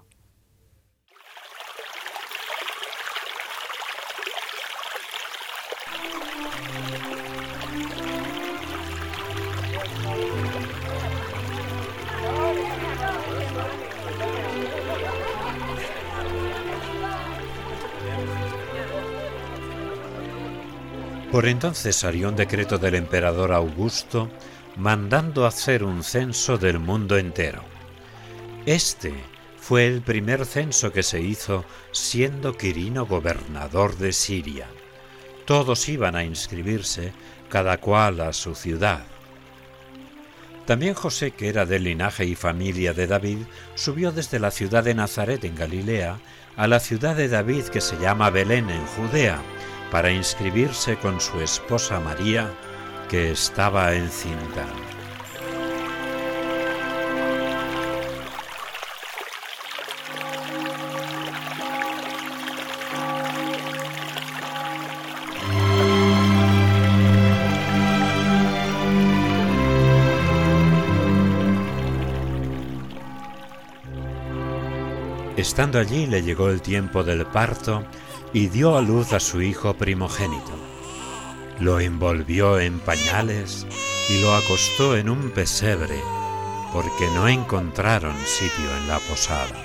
Por entonces salió un decreto del emperador Augusto mandando hacer un censo del mundo entero. Este fue el primer censo que se hizo siendo Quirino gobernador de Siria. Todos iban a inscribirse, cada cual a su ciudad. También José, que era del linaje y familia de David, subió desde la ciudad de Nazaret en Galilea a la ciudad de David que se llama Belén en Judea, para inscribirse con su esposa María, que estaba encinta. Estando allí le llegó el tiempo del parto y dio a luz a su hijo primogénito. Lo envolvió en pañales y lo acostó en un pesebre, porque no encontraron sitio en la posada.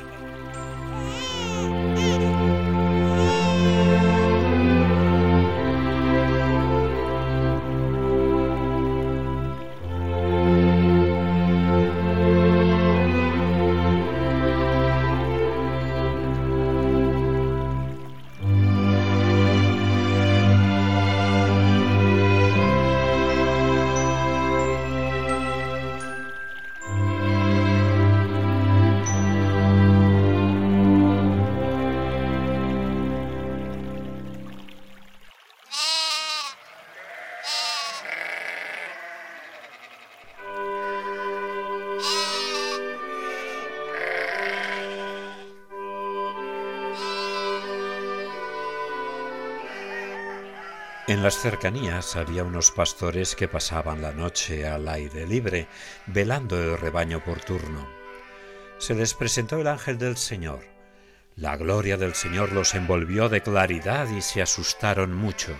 En las cercanías había unos pastores que pasaban la noche al aire libre, velando el rebaño por turno. Se les presentó el ángel del Señor. La gloria del Señor los envolvió de claridad y se asustaron mucho.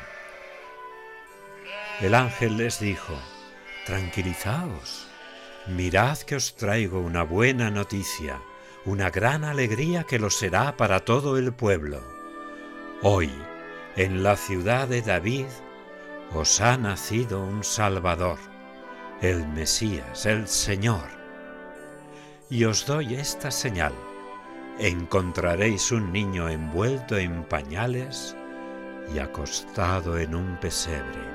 El ángel les dijo: «Tranquilizaos, mirad que os traigo una buena noticia, una gran alegría que lo será para todo el pueblo. Hoy, en la ciudad de David, os ha nacido un Salvador, el Mesías, el Señor. Y os doy esta señal: encontraréis un niño envuelto en pañales y acostado en un pesebre».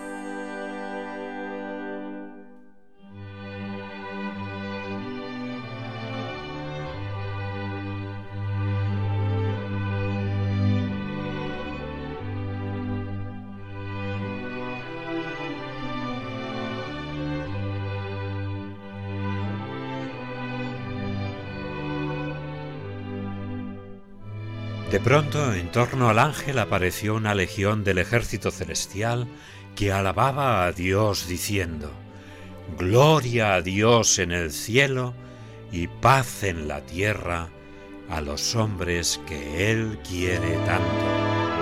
De pronto, en torno al ángel apareció una legión del ejército celestial que alababa a Dios diciendo: «Gloria a Dios en el cielo y paz en la tierra a los hombres que Él quiere tanto.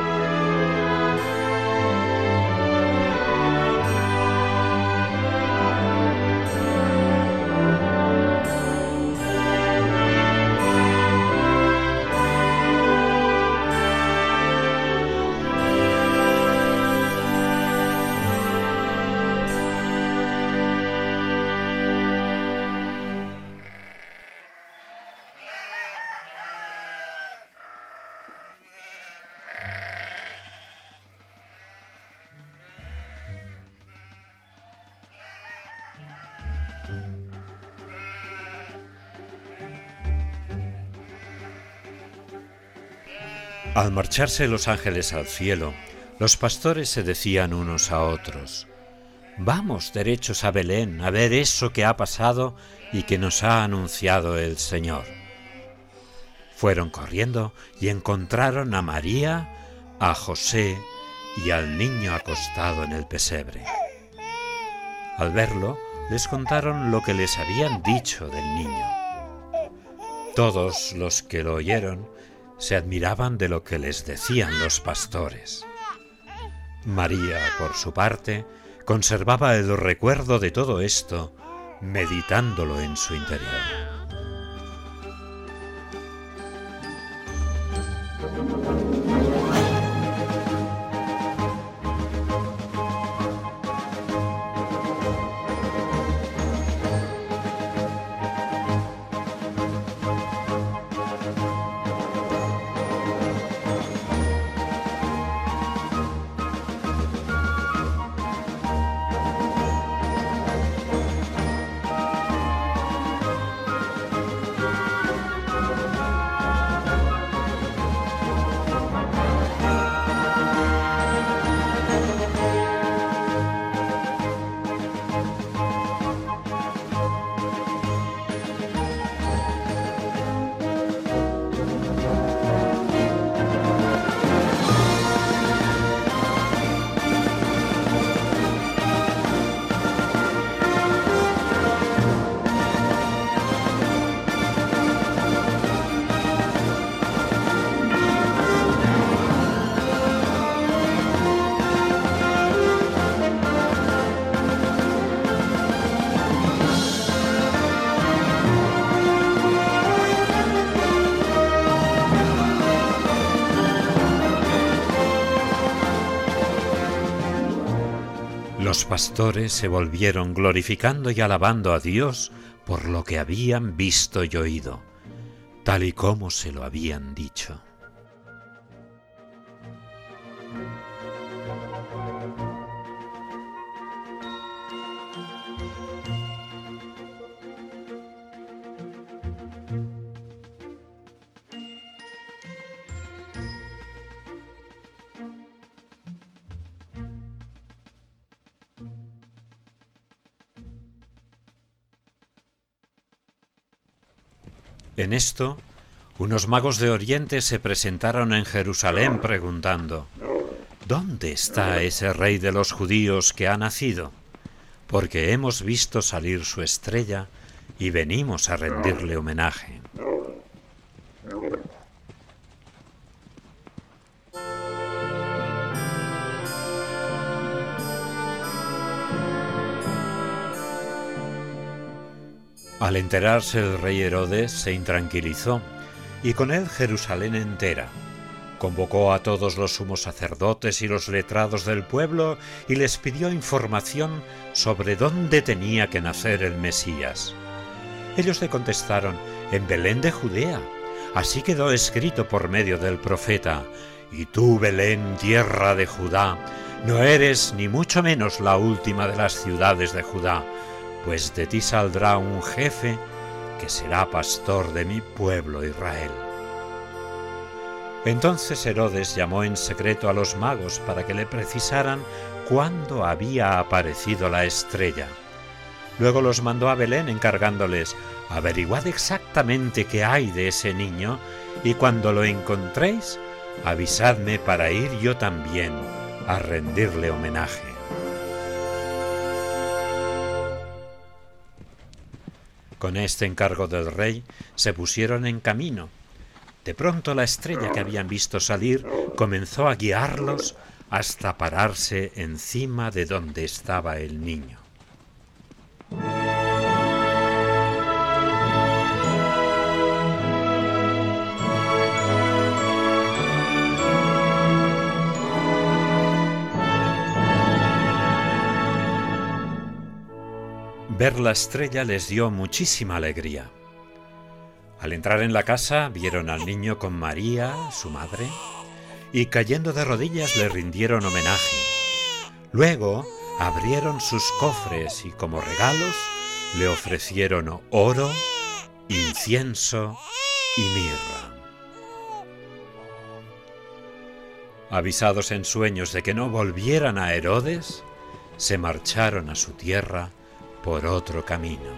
Al marcharse los ángeles al cielo, los pastores se decían unos a otros: «Vamos derechos a Belén a ver eso que ha pasado y que nos ha anunciado el Señor». Fueron corriendo y encontraron a María, a José y al niño acostado en el pesebre. Al verlo, les contaron lo que les habían dicho del niño. Todos los que lo oyeron se admiraban de lo que les decían los pastores. María, por su parte, conservaba el recuerdo de todo esto, meditándolo en su interior. Los pastores se volvieron glorificando y alabando a Dios por lo que habían visto y oído, tal y como se lo habían dicho. En esto, unos magos de Oriente se presentaron en Jerusalén preguntando: ¿Dónde está ese rey de los judíos que ha nacido? Porque hemos visto salir su estrella y venimos a rendirle homenaje. Al enterarse el rey Herodes se intranquilizó, y con él Jerusalén entera. Convocó a todos los sumos sacerdotes y los letrados del pueblo y les pidió información sobre dónde tenía que nacer el Mesías. Ellos le contestaron: en Belén de Judea. Así quedó escrito por medio del profeta: «Y tú, Belén, tierra de Judá, no eres ni mucho menos la última de las ciudades de Judá, pues de ti saldrá un jefe que será pastor de mi pueblo Israel». Entonces Herodes llamó en secreto a los magos para que le precisaran cuándo había aparecido la estrella. Luego los mandó a Belén encargándoles: «Averiguad exactamente qué hay de ese niño, y cuando lo encontréis, avisadme para ir yo también a rendirle homenaje». Con este encargo del rey se pusieron en camino. De pronto la estrella que habían visto salir comenzó a guiarlos hasta pararse encima de donde estaba el niño. Ver la estrella les dio muchísima alegría. Al entrar en la casa vieron al niño con María, su madre, y cayendo de rodillas le rindieron homenaje. Luego abrieron sus cofres y como regalos le ofrecieron oro, incienso y mirra. Avisados en sueños de que no volvieran a Herodes, se marcharon a su tierra por otro camino.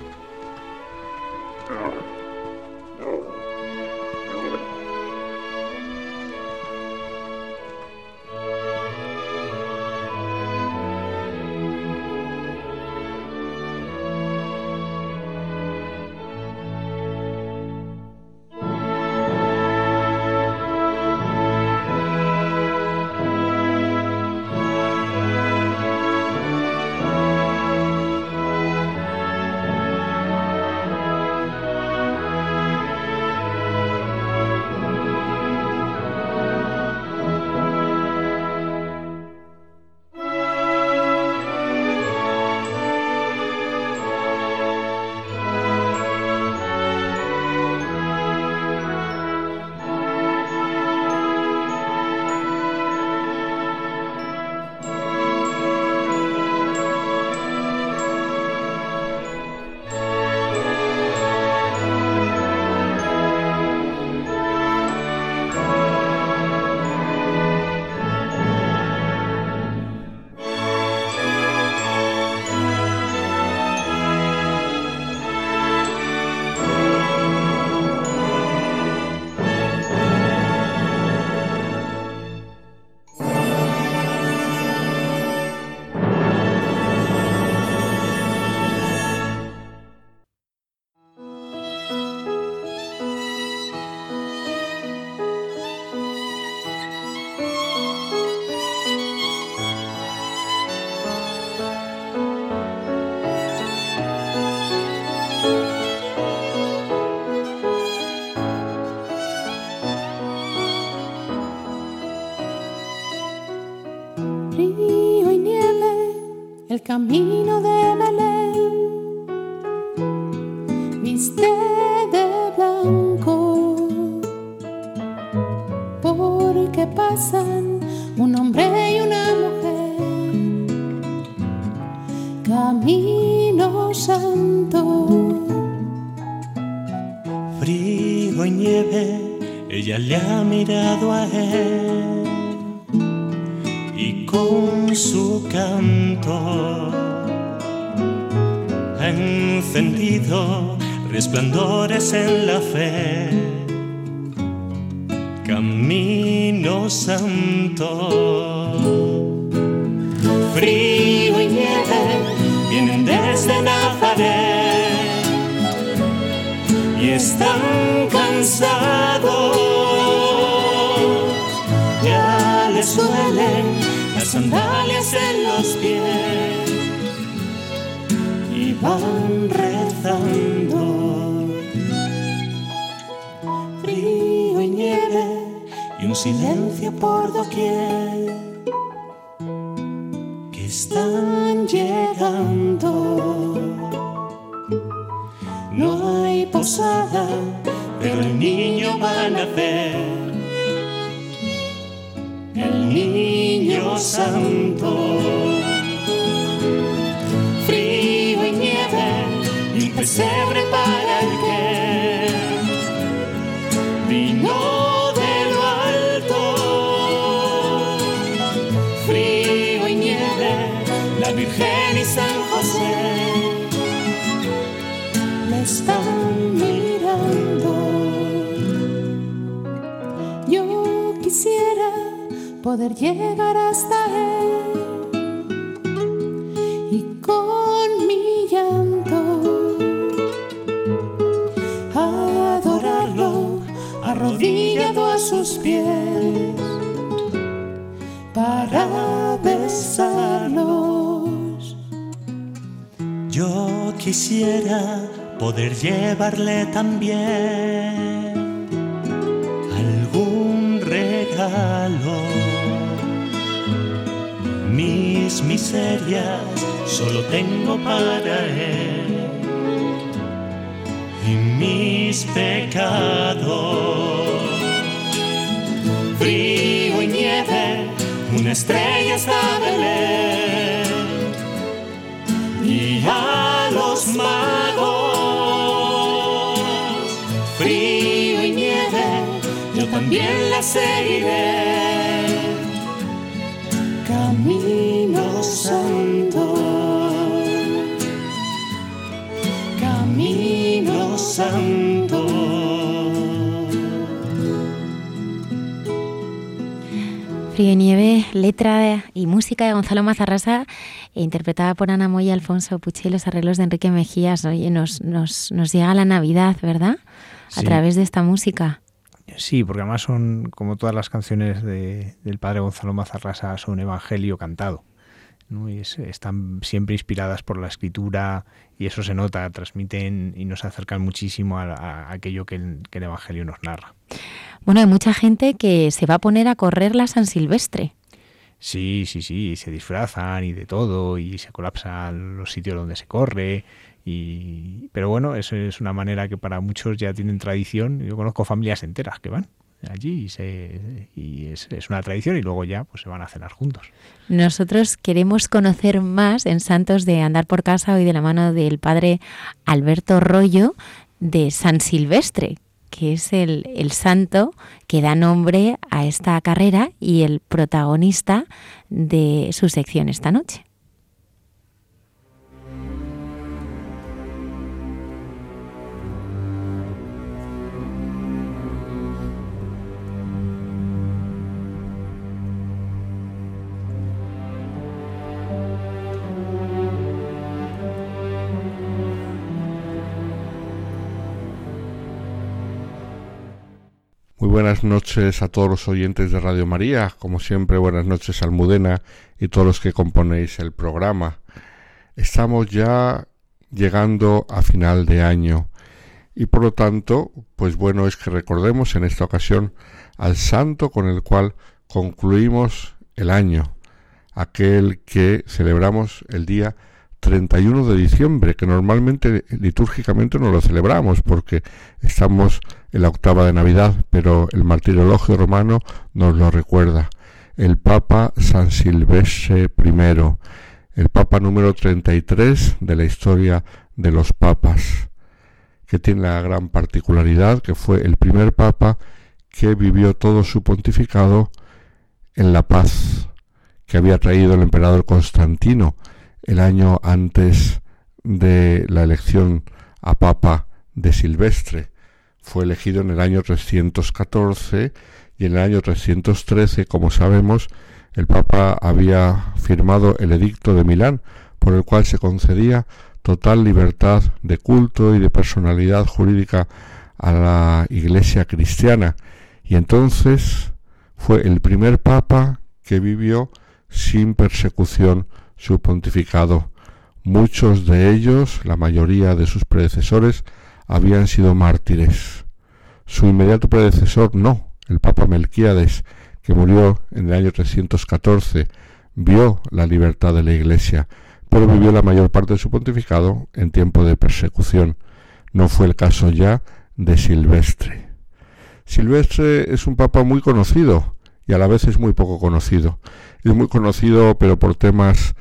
el camino de Belén viste de blanco, porque pasan un hombre y una mujer, camino santo. Frío y nieve, ella le ha mirado a él y con su canto ha encendido resplandores en la fe. Camino santo. Frío y nieve vienen desde Nazaret y están cansados, ya les duelen las sandalias en los pies y van rezando. Frío y nieve y un silencio por doquier, que están llegando. No hay posada, pero el niño va a nacer, el niño santo. Frío y nieve y un pesebre para el que vino de lo alto. Frío y nieve, la Virgen y San José le están mirando. Yo quisiera poder llegar hasta él y con mi llanto adorarlo a rodillas tus pies para besarlos. Yo quisiera poder llevarle también algún regalo. Mis miserias solo tengo para él y mis pecados. Frío y nieve, una estrella está Belén, y a los magos. Frío y nieve, yo también la seguiré. Camino santo, camino santo. Frío y nieve, letra y música de Gonzalo Mazarrasa, interpretada por Ana Moya, Alfonso Puche y los arreglos de Enrique Mejías. Oye, nos llega la Navidad, ¿verdad? A través de esta música. Sí, porque además son, como todas las canciones del padre Gonzalo Mazarrasa, son evangelio cantado, ¿no? Y están siempre inspiradas por la escritura, y eso se nota, transmiten y nos acercan muchísimo a aquello que el evangelio nos narra. Bueno, hay mucha gente que se va a poner a correr la San Silvestre. Sí, se disfrazan y de todo, y se colapsan los sitios donde se corre. Pero bueno, eso es una manera que para muchos ya tienen tradición. Yo conozco familias enteras que van allí y es una tradición, y luego ya pues se van a cenar juntos. Nosotros queremos conocer más en Santos de Andar por Casa, hoy de la mano del padre Alberto Rollo, de San Silvestre, que es el santo que da nombre a esta carrera y el protagonista de su sección esta noche. Muy buenas noches a todos los oyentes de Radio María, como siempre buenas noches a Almudena y todos los que componéis el programa. Estamos ya llegando a final de año y por lo tanto, pues bueno es que recordemos en esta ocasión al santo con el cual concluimos el año, aquel que celebramos el día 31 de diciembre, que normalmente litúrgicamente no lo celebramos porque estamos en la octava de Navidad, pero el martirologio romano nos lo recuerda. El Papa San Silvestre I, el Papa número 33 de la historia de los papas, que tiene la gran particularidad que fue el primer Papa que vivió todo su pontificado en la paz que había traído el emperador Constantino el año antes de la elección a Papa de Silvestre. Fue elegido en el año 314 y en el año 313, como sabemos, el Papa había firmado el Edicto de Milán, por el cual se concedía total libertad de culto y de personalidad jurídica a la Iglesia cristiana. Y entonces fue el primer Papa que vivió sin persecución su pontificado. Muchos de ellos, la mayoría de sus predecesores, habían sido mártires. Su inmediato predecesor no, el Papa Melquíades, que murió en el año 314, vio la libertad de la Iglesia, pero vivió la mayor parte de su pontificado en tiempo de persecución. No fue el caso ya de Silvestre. Silvestre es un papa muy conocido y a la vez es muy poco conocido. Es muy conocido pero por temas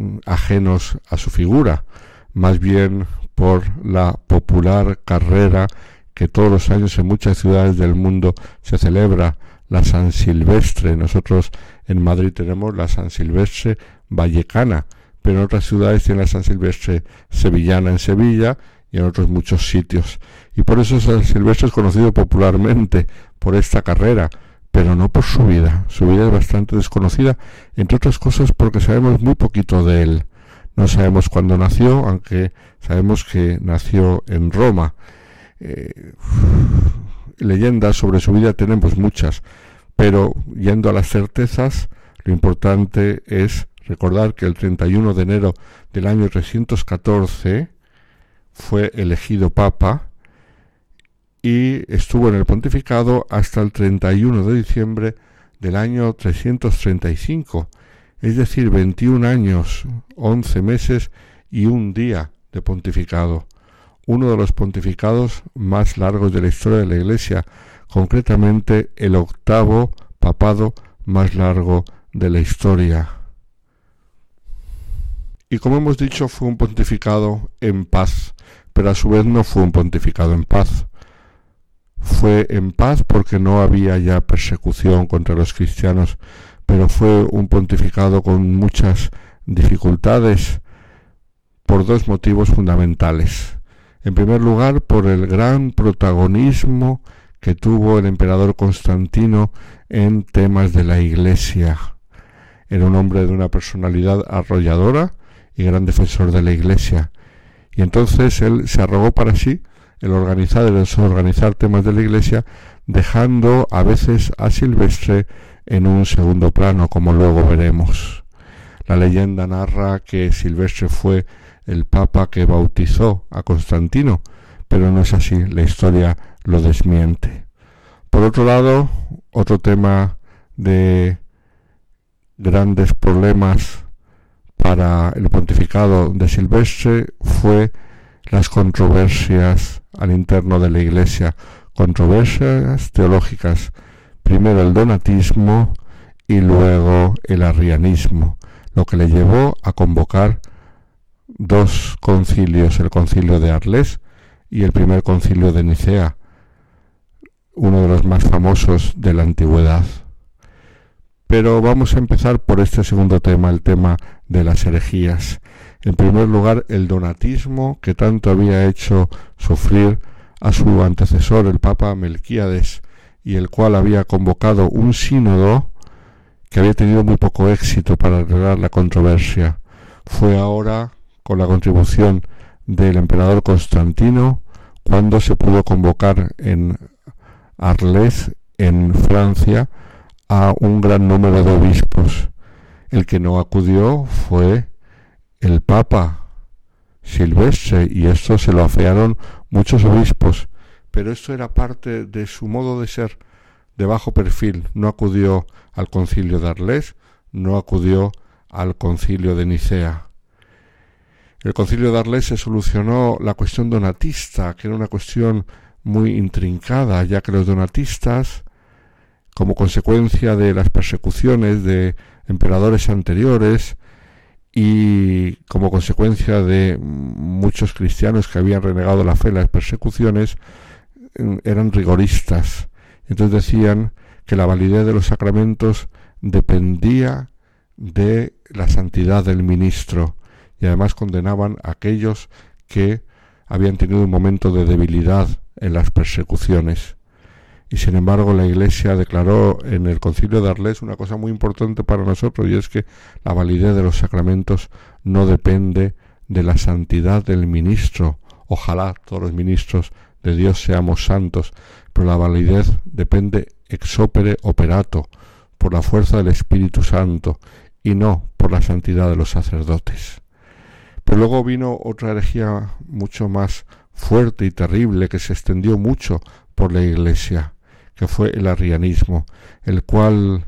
ajenos a su figura, más bien por la popular carrera que todos los años en muchas ciudades del mundo se celebra, la San Silvestre. Nosotros en Madrid tenemos la San Silvestre vallecana, pero en otras ciudades tienen la San Silvestre sevillana en Sevilla y en otros muchos sitios. Y por eso San Silvestre es conocido popularmente por esta carrera, pero no por su vida. Su vida es bastante desconocida, entre otras cosas porque sabemos muy poquito de él. No sabemos cuándo nació, aunque sabemos que nació en Roma. leyendas sobre su vida tenemos muchas, pero yendo a las certezas, lo importante es recordar que el 31 de enero del año 314 fue elegido papa y estuvo en el pontificado hasta el 31 de diciembre del año 335, es decir, 21 años, 11 meses y un día de pontificado. Uno de los pontificados más largos de la historia de la Iglesia, concretamente el 8º papado más largo de la historia. Y como hemos dicho, fue un pontificado en paz, pero a su vez no fue un pontificado en paz. Fue en paz porque no había ya persecución contra los cristianos, pero fue un pontificado con muchas dificultades por dos motivos fundamentales. En primer lugar, por el gran protagonismo que tuvo el emperador Constantino en temas de la Iglesia. Era un hombre de una personalidad arrolladora y gran defensor de la Iglesia. Y entonces él se arrogó para sí el organizar y desorganizar temas de la Iglesia, dejando a veces a Silvestre en un segundo plano, como luego veremos. La leyenda narra que Silvestre fue el papa que bautizó a Constantino, pero no es así, la historia lo desmiente. Por otro lado, otro tema de grandes problemas para el pontificado de Silvestre fue las controversias al interno de la Iglesia, controversias teológicas, primero el donatismo y luego el arrianismo, lo que le llevó a convocar dos concilios, el concilio de Arles y el primer concilio de Nicea, uno de los más famosos de la antigüedad. Pero vamos a empezar por este segundo tema, el tema de las herejías. En primer lugar, el donatismo, que tanto había hecho sufrir a su antecesor, el Papa Melquíades, y el cual había convocado un sínodo que había tenido muy poco éxito para arreglar la controversia. Fue ahora, con la contribución del emperador Constantino, cuando se pudo convocar en Arles, en Francia, a un gran número de obispos. El que no acudió fue el Papa Silvestre, y esto se lo afearon muchos obispos, pero esto era parte de su modo de ser, de bajo perfil. No acudió al concilio de Arles, no acudió al concilio de Nicea. El concilio de Arles se solucionó la cuestión donatista, que era una cuestión muy intrincada, ya que los donatistas, como consecuencia de las persecuciones de emperadores anteriores y como consecuencia de muchos cristianos que habían renegado la fe en las persecuciones, eran rigoristas. Entonces decían que la validez de los sacramentos dependía de la santidad del ministro, y además condenaban a aquellos que habían tenido un momento de debilidad en las persecuciones. Y sin embargo la Iglesia declaró en el concilio de Arles una cosa muy importante para nosotros, y es que la validez de los sacramentos no depende de la santidad del ministro. Ojalá todos los ministros de Dios seamos santos, pero la validez depende ex opere operato, por la fuerza del Espíritu Santo, y no por la santidad de los sacerdotes. Pero luego vino otra herejía mucho más fuerte y terrible, que se extendió mucho por la Iglesia, que fue el arrianismo, el cual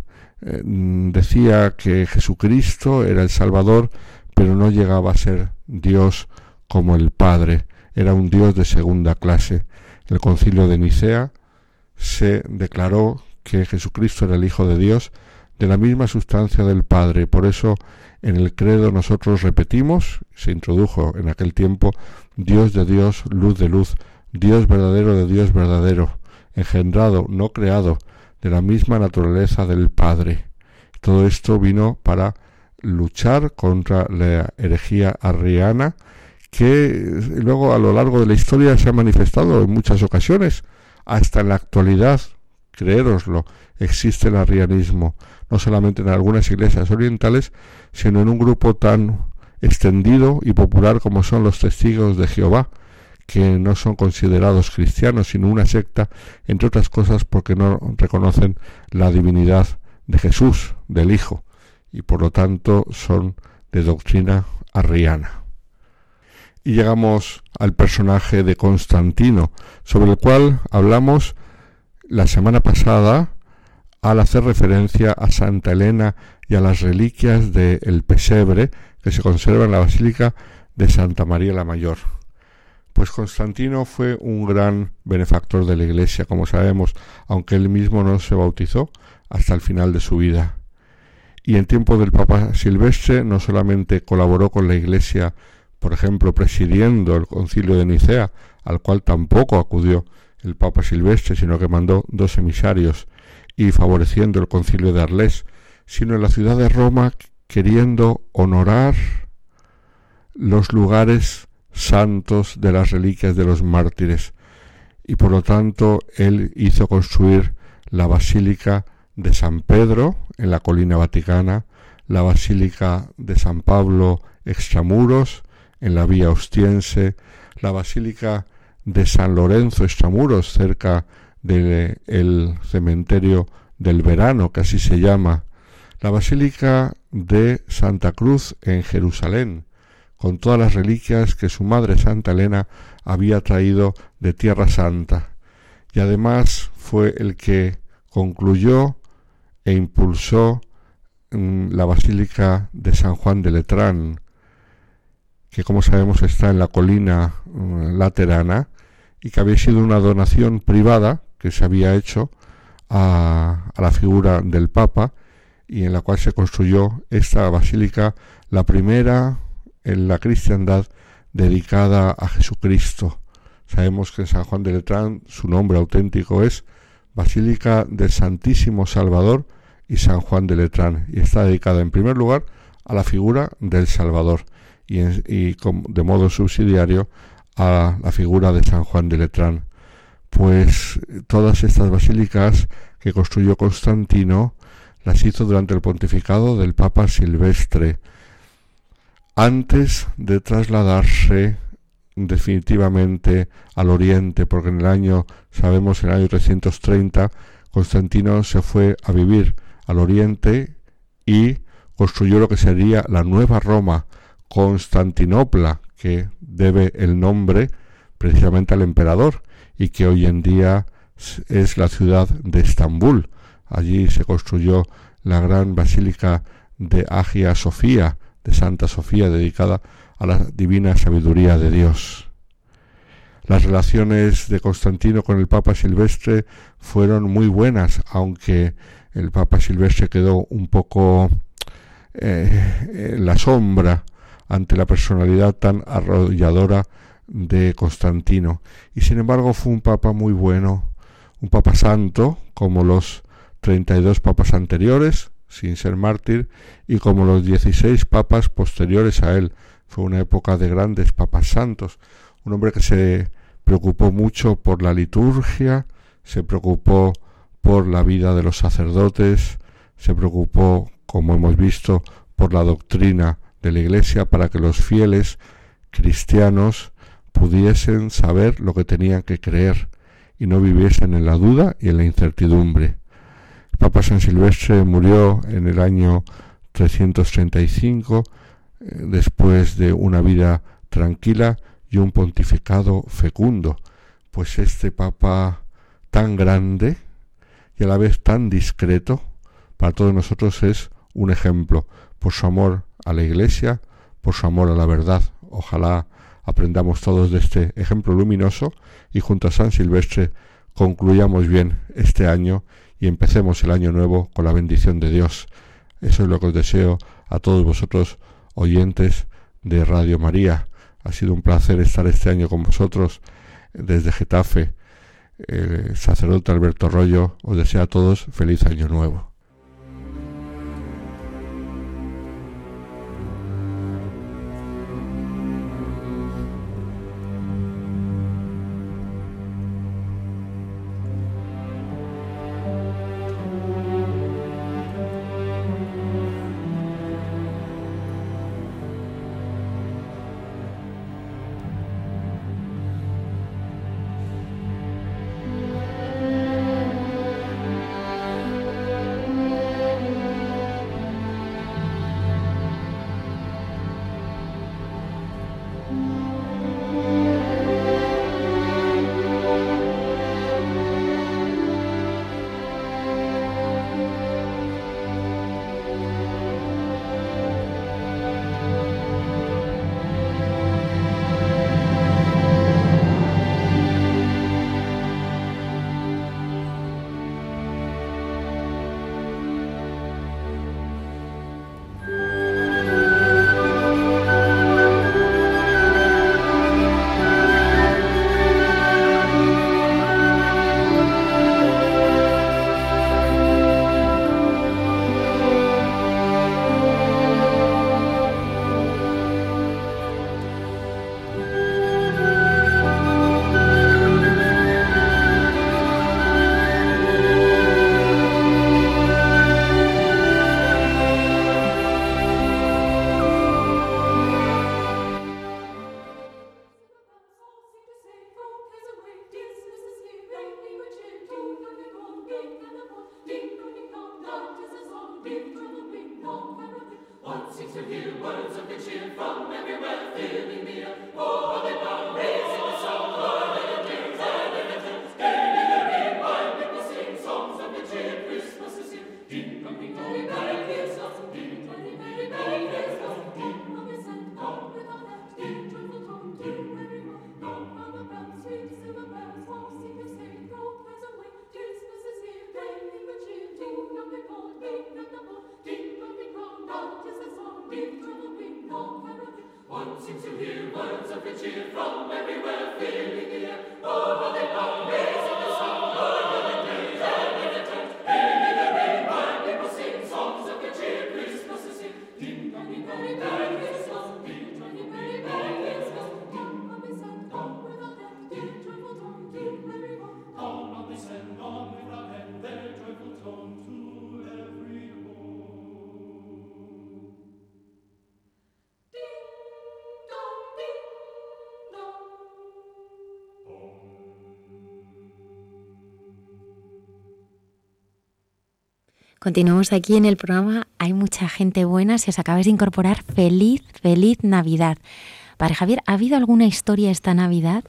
decía que Jesucristo era el Salvador, pero no llegaba a ser Dios como el Padre, era un Dios de segunda clase. En el concilio de Nicea se declaró que Jesucristo era el Hijo de Dios, de la misma sustancia del Padre. Por eso en el credo nosotros repetimos, se introdujo en aquel tiempo, Dios de Dios, luz de luz, Dios verdadero de Dios verdadero, engendrado, no creado, de la misma naturaleza del Padre. Todo esto vino para luchar contra la herejía arriana, que luego a lo largo de la historia se ha manifestado en muchas ocasiones. Hasta en la actualidad, creéroslo, existe el arrianismo, no solamente en algunas iglesias orientales, sino en un grupo tan extendido y popular como son los testigos de Jehová, que no son considerados cristianos, sino una secta, entre otras cosas porque no reconocen la divinidad de Jesús, del Hijo, y por lo tanto son de doctrina arriana. Y llegamos al personaje de Constantino, sobre el cual hablamos la semana pasada al hacer referencia a Santa Elena y a las reliquias del pesebre que se conserva en la Basílica de Santa María la Mayor. Pues Constantino fue un gran benefactor de la Iglesia, como sabemos, aunque él mismo no se bautizó hasta el final de su vida. Y en tiempo del Papa Silvestre no solamente colaboró con la Iglesia, por ejemplo, presidiendo el Concilio de Nicea, al cual tampoco acudió el Papa Silvestre, sino que mandó 2 emisarios, y favoreciendo el Concilio de Arles, sino en la ciudad de Roma, queriendo honorar los lugares santos de las reliquias de los mártires, y por lo tanto él hizo construir la Basílica de San Pedro en la colina vaticana, la Basílica de San Pablo extramuros en la vía Ostiense, la Basílica de San Lorenzo extramuros cerca del cementerio del Verano, que así se llama, la Basílica de Santa Cruz en Jerusalén, con todas las reliquias que su madre Santa Elena había traído de Tierra Santa, y además fue el que concluyó e impulsó la Basílica de San Juan de Letrán, que como sabemos está en la colina laterana y que había sido una donación privada que se había hecho a la figura del Papa, y en la cual se construyó esta basílica, la primera en la cristiandad dedicada a Jesucristo. Sabemos que en San Juan de Letrán su nombre auténtico es Basílica del Santísimo Salvador y San Juan de Letrán, y está dedicada en primer lugar a la figura del Salvador y de modo subsidiario a la figura de San Juan de Letrán. Pues todas estas basílicas que construyó Constantino las hizo durante el pontificado del Papa Silvestre, antes de trasladarse definitivamente al Oriente, porque en el año 330, Constantino se fue a vivir al Oriente y construyó lo que sería la Nueva Roma, Constantinopla, que debe el nombre precisamente al emperador y que hoy en día es la ciudad de Estambul. Allí se construyó la gran basílica de Hagia Sofía, de Santa Sofía, dedicada a la divina sabiduría de Dios. Las relaciones de Constantino con el Papa Silvestre fueron muy buenas, aunque el Papa Silvestre quedó un poco en la sombra ante la personalidad tan arrolladora de Constantino. Y sin embargo fue un papa muy bueno, un papa santo, como los 32 papas anteriores, sin ser mártir, y como los 16 papas posteriores a él. Fue una época de grandes papas santos, un hombre que se preocupó mucho por la liturgia, se preocupó por la vida de los sacerdotes, se preocupó, como hemos visto, por la doctrina de la Iglesia, para que los fieles cristianos pudiesen saber lo que tenían que creer y no viviesen en la duda y en la incertidumbre. El Papa San Silvestre murió en el año 335, después de una vida tranquila y un pontificado fecundo, pues este Papa tan grande y a la vez tan discreto, para todos nosotros es un ejemplo, por su amor a la Iglesia, por su amor a la verdad. Ojalá aprendamos todos de este ejemplo luminoso y junto a San Silvestre concluyamos bien este año y empecemos el año nuevo con la bendición de Dios. Eso es lo que os deseo a todos vosotros, oyentes de Radio María. Ha sido un placer estar este año con vosotros desde Getafe. El sacerdote Alberto Arroyo os desea a todos feliz año nuevo. Continuamos aquí en el programa Hay mucha gente buena. Si os acabáis de incorporar, feliz Navidad. Padre Javier, ¿ha habido alguna historia esta Navidad?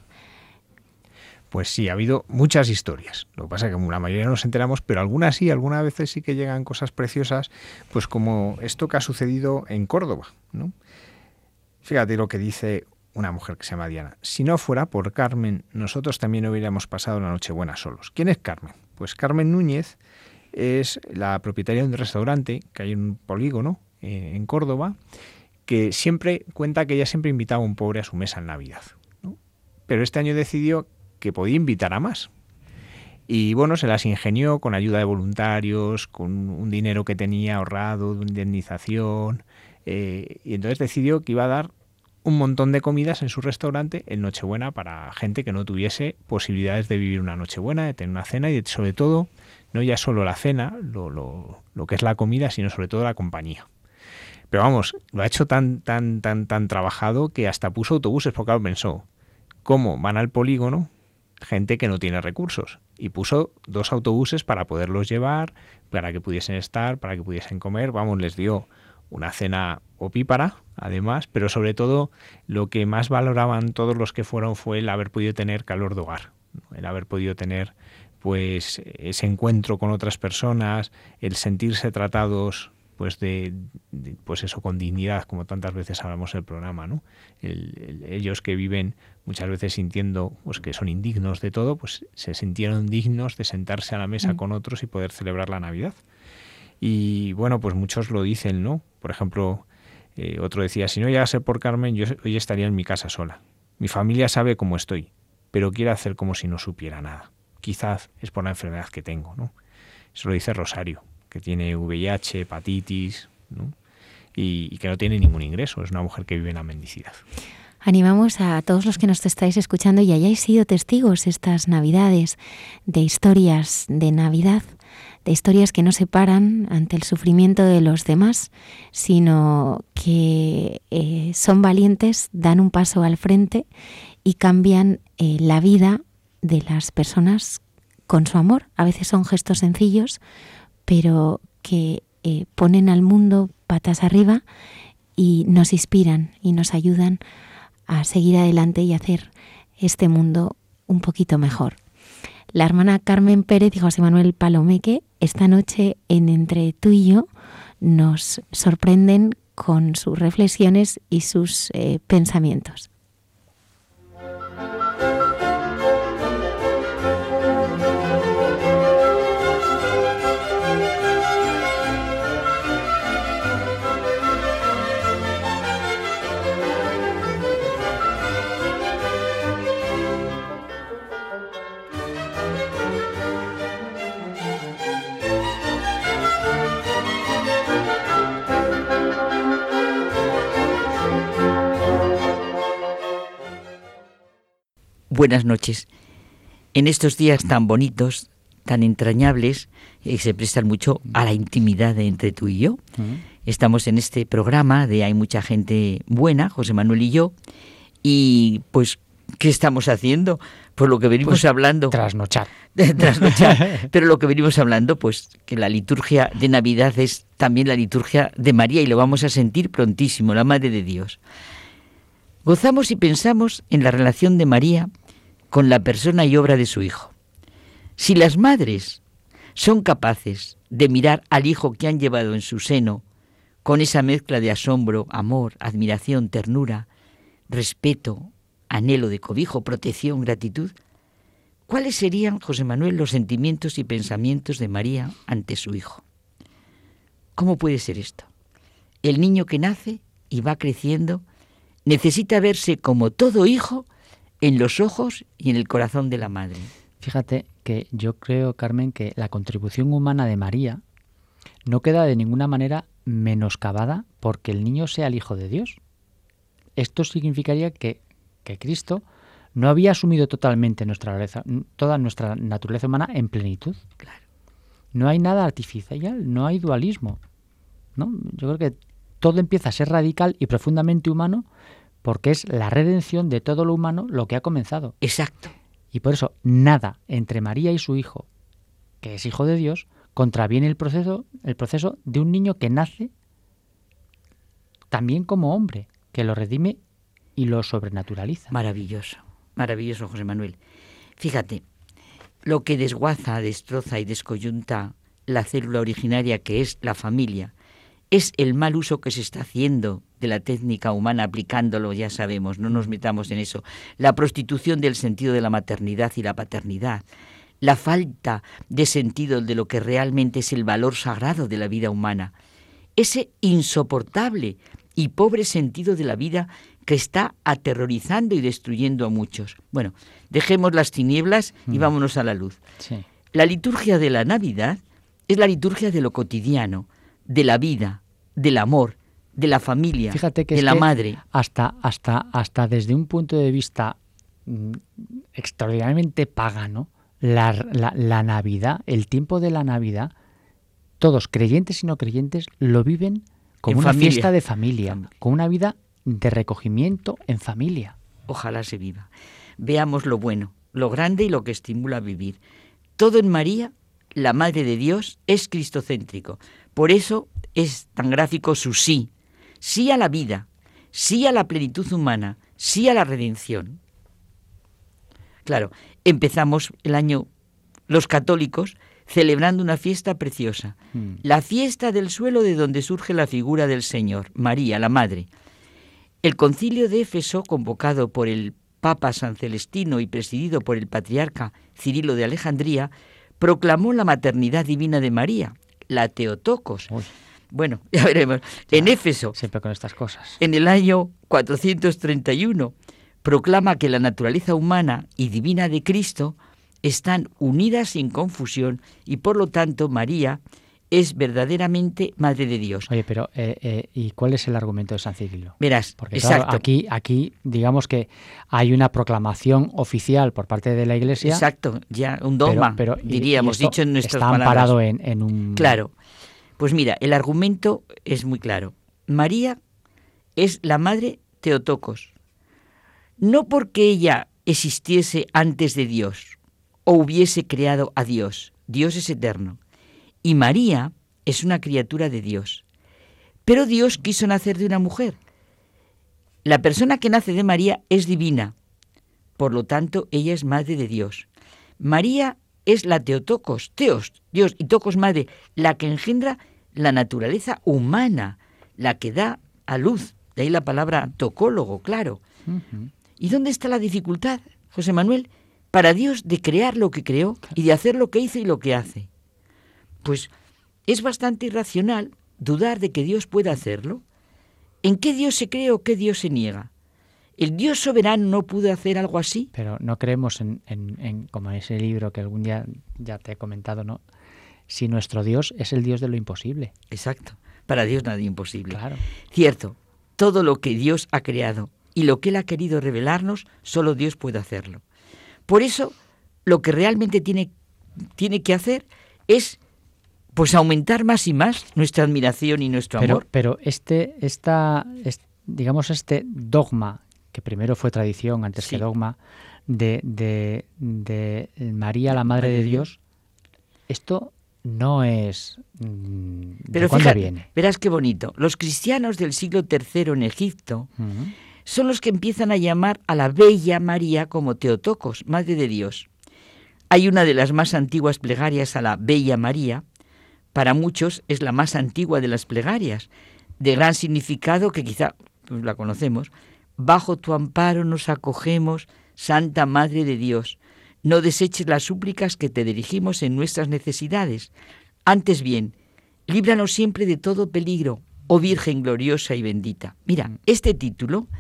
Pues sí, ha habido muchas historias. Lo que pasa es que la mayoría no nos enteramos, pero algunas sí, algunas veces sí que llegan cosas preciosas, pues como esto que ha sucedido en Córdoba, ¿no? Fíjate lo que dice una mujer que se llama Diana. Si no fuera por Carmen, nosotros también hubiéramos pasado la Nochebuena solos. ¿Quién es Carmen? Pues Carmen Núñez es la propietaria de un restaurante que hay en un polígono en Córdoba, que siempre cuenta que ella siempre invitaba a un pobre a su mesa en Navidad, ¿no? Pero este año decidió que podía invitar a más. Y bueno, se las ingenió con ayuda de voluntarios, con un dinero que tenía ahorrado de indemnización, y entonces decidió que iba a dar un montón de comidas en su restaurante en Nochebuena para gente que no tuviese posibilidades de vivir una Nochebuena, de tener una cena y sobre todo, no ya solo la cena, lo que es la comida, sino sobre todo la compañía. Pero vamos, lo ha hecho tan trabajado que hasta puso autobuses, porque claro, pensó, ¿cómo van al polígono gente que no tiene recursos? Y puso 2 autobuses para poderlos llevar, para que pudiesen estar, para que pudiesen comer. Vamos, les dio una cena opípara, además, pero sobre todo lo que más valoraban todos los que fueron fue el haber podido tener calor de hogar, el haber podido tener pues ese encuentro con otras personas, el sentirse tratados pues pues eso, con dignidad, como tantas veces hablamos en el programa, ¿no? Ellos que viven muchas veces sintiendo pues que son indignos de todo, pues se sintieron dignos de sentarse a la mesa con otros y poder celebrar la Navidad. Y bueno, pues muchos lo dicen, ¿no? Por ejemplo, otro decía, si no llegase por Carmen, yo hoy estaría en mi casa sola. Mi familia sabe cómo estoy, pero quiere hacer como si no supiera nada. Quizás es por la enfermedad que tengo, ¿no? Eso lo dice Rosario, que tiene VIH, hepatitis, ¿no? Y que no tiene ningún ingreso. Es una mujer que vive en la mendicidad. Animamos a todos los que nos estáis escuchando y hayáis sido testigos estas Navidades de historias de Navidad, de historias que no se paran ante el sufrimiento de los demás, sino que son valientes, dan un paso al frente y cambian la vida de las personas con su amor. A veces son gestos sencillos, pero que ponen al mundo patas arriba y nos inspiran y nos ayudan a seguir adelante y hacer este mundo un poquito mejor. La hermana Carmen Pérez y José Manuel Palomeque esta noche en Entre tú y yo nos sorprenden con sus reflexiones y sus pensamientos. Buenas noches. En estos días tan bonitos, tan entrañables, se prestan mucho a la intimidad de entre tú y yo. Estamos en este programa de Hay mucha gente buena, José Manuel y yo, y pues, ¿qué estamos haciendo? Pues lo que venimos hablando. Trasnochar. Pero lo que venimos hablando, pues que la liturgia de Navidad es también la liturgia de María y lo vamos a sentir prontísimo, la Madre de Dios. Gozamos y pensamos en la relación de María con la persona y obra de su Hijo. Si las madres son capaces de mirar al Hijo que han llevado en su seno con esa mezcla de asombro, amor, admiración, ternura, respeto, anhelo de cobijo, protección, gratitud, ¿cuáles serían, José Manuel, los sentimientos y pensamientos de María ante su Hijo? ¿Cómo puede ser esto? El niño que nace y va creciendo necesita verse como todo hijo en los ojos y en el corazón de la madre. Fíjate que yo creo, Carmen, que la contribución humana de María no queda de ninguna manera menoscabada porque el niño sea el Hijo de Dios. Esto significaría que Cristo no había asumido totalmente toda nuestra naturaleza humana en plenitud. Claro. No hay nada artificial, no hay dualismo, ¿no? Yo creo que todo empieza a ser radical y profundamente humano porque es la redención de todo lo humano lo que ha comenzado. Exacto. Y por eso nada entre María y su hijo, que es hijo de Dios, contraviene el proceso de un niño que nace también como hombre, que lo redime y lo sobrenaturaliza. Maravilloso, maravilloso, José Manuel. Fíjate, lo que desguaza, destroza y descoyunta la célula originaria que es la familia, es el mal uso que se está haciendo de la técnica humana, aplicándolo, ya sabemos, no nos metamos en eso, la prostitución del sentido de la maternidad y la paternidad, la falta de sentido de lo que realmente es el valor sagrado de la vida humana, ese insoportable y pobre sentido de la vida que está aterrorizando y destruyendo a muchos. Bueno, dejemos las tinieblas y vámonos a la luz. Sí. La liturgia de la Navidad es la liturgia de lo cotidiano, de la vida, del amor, de la familia, fíjate que de la madre. Hasta desde un punto de vista extraordinariamente pagano, la Navidad, el tiempo de la Navidad, todos, creyentes y no creyentes, lo viven como una fiesta de familia, con una vida de recogimiento en familia. Ojalá se viva. Veamos lo bueno, lo grande y lo que estimula a vivir. Todo en María, la Madre de Dios, es cristocéntrico. Por eso es tan gráfico su sí. Sí a la vida, sí a la plenitud humana, sí a la redención. Claro, empezamos el año, los católicos, celebrando una fiesta preciosa. La fiesta del suelo de donde surge la figura del Señor, María, la Madre. El concilio de Éfeso, convocado por el Papa San Celestino y presidido por el patriarca Cirilo de Alejandría, proclamó la maternidad divina de María, la Theotokos. Uy. Bueno, ya veremos. En Éfeso, siempre con estas cosas, en el año 431, proclama que la naturaleza humana y divina de Cristo están unidas sin confusión y por lo tanto María es verdaderamente Madre de Dios. Oye, pero ¿y cuál es el argumento de San Cirilo? Verás, porque exacto. Claro, aquí digamos que hay una proclamación oficial por parte de la Iglesia. Exacto, ya un dogma, pero diríamos, dicho en nuestras palabras. Está amparado en un... Claro, pues mira, el argumento es muy claro. María es la Madre Theotokos, no porque ella existiese antes de Dios o hubiese creado a Dios. Dios es eterno. Y María es una criatura de Dios. Pero Dios quiso nacer de una mujer. La persona que nace de María es divina. Por lo tanto, ella es madre de Dios. María es la Theotokos, Theos, Dios, y Tokos, madre, la que engendra la naturaleza humana, la que da a luz. De ahí la palabra tocólogo, claro. ¿Y dónde está la dificultad, José Manuel? Para Dios de crear lo que creó y de hacer lo que hizo y lo que hace. Pues es bastante irracional dudar de que Dios pueda hacerlo. ¿En qué Dios se cree o qué Dios se niega? ¿El Dios soberano no pudo hacer algo así? Pero no creemos en como ese libro que algún día ya te he comentado, ¿no? Si nuestro Dios es el Dios de lo imposible. Exacto. Para Dios nada es imposible. Claro. Cierto. Todo lo que Dios ha creado y lo que Él ha querido revelarnos, solo Dios puede hacerlo. Por eso, lo que realmente tiene que hacer es pues aumentar más y más nuestra admiración y nuestro amor. Pero este dogma, que primero fue tradición antes que dogma, de María, la Madre de Dios, esto no es... Pero ¿cuándo fíjate, viene? Verás qué bonito. Los cristianos del siglo III en Egipto son los que empiezan a llamar a la Bella María como Theotokos, Madre de Dios. Hay una de las más antiguas plegarias a la Bella María. Para muchos es la más antigua de las plegarias, de gran significado que quizá pues, la conocemos. Bajo tu amparo nos acogemos, Santa Madre de Dios. No deseches las súplicas que te dirigimos en nuestras necesidades. Antes bien, líbranos siempre de todo peligro, oh Virgen gloriosa y bendita. Mira, este título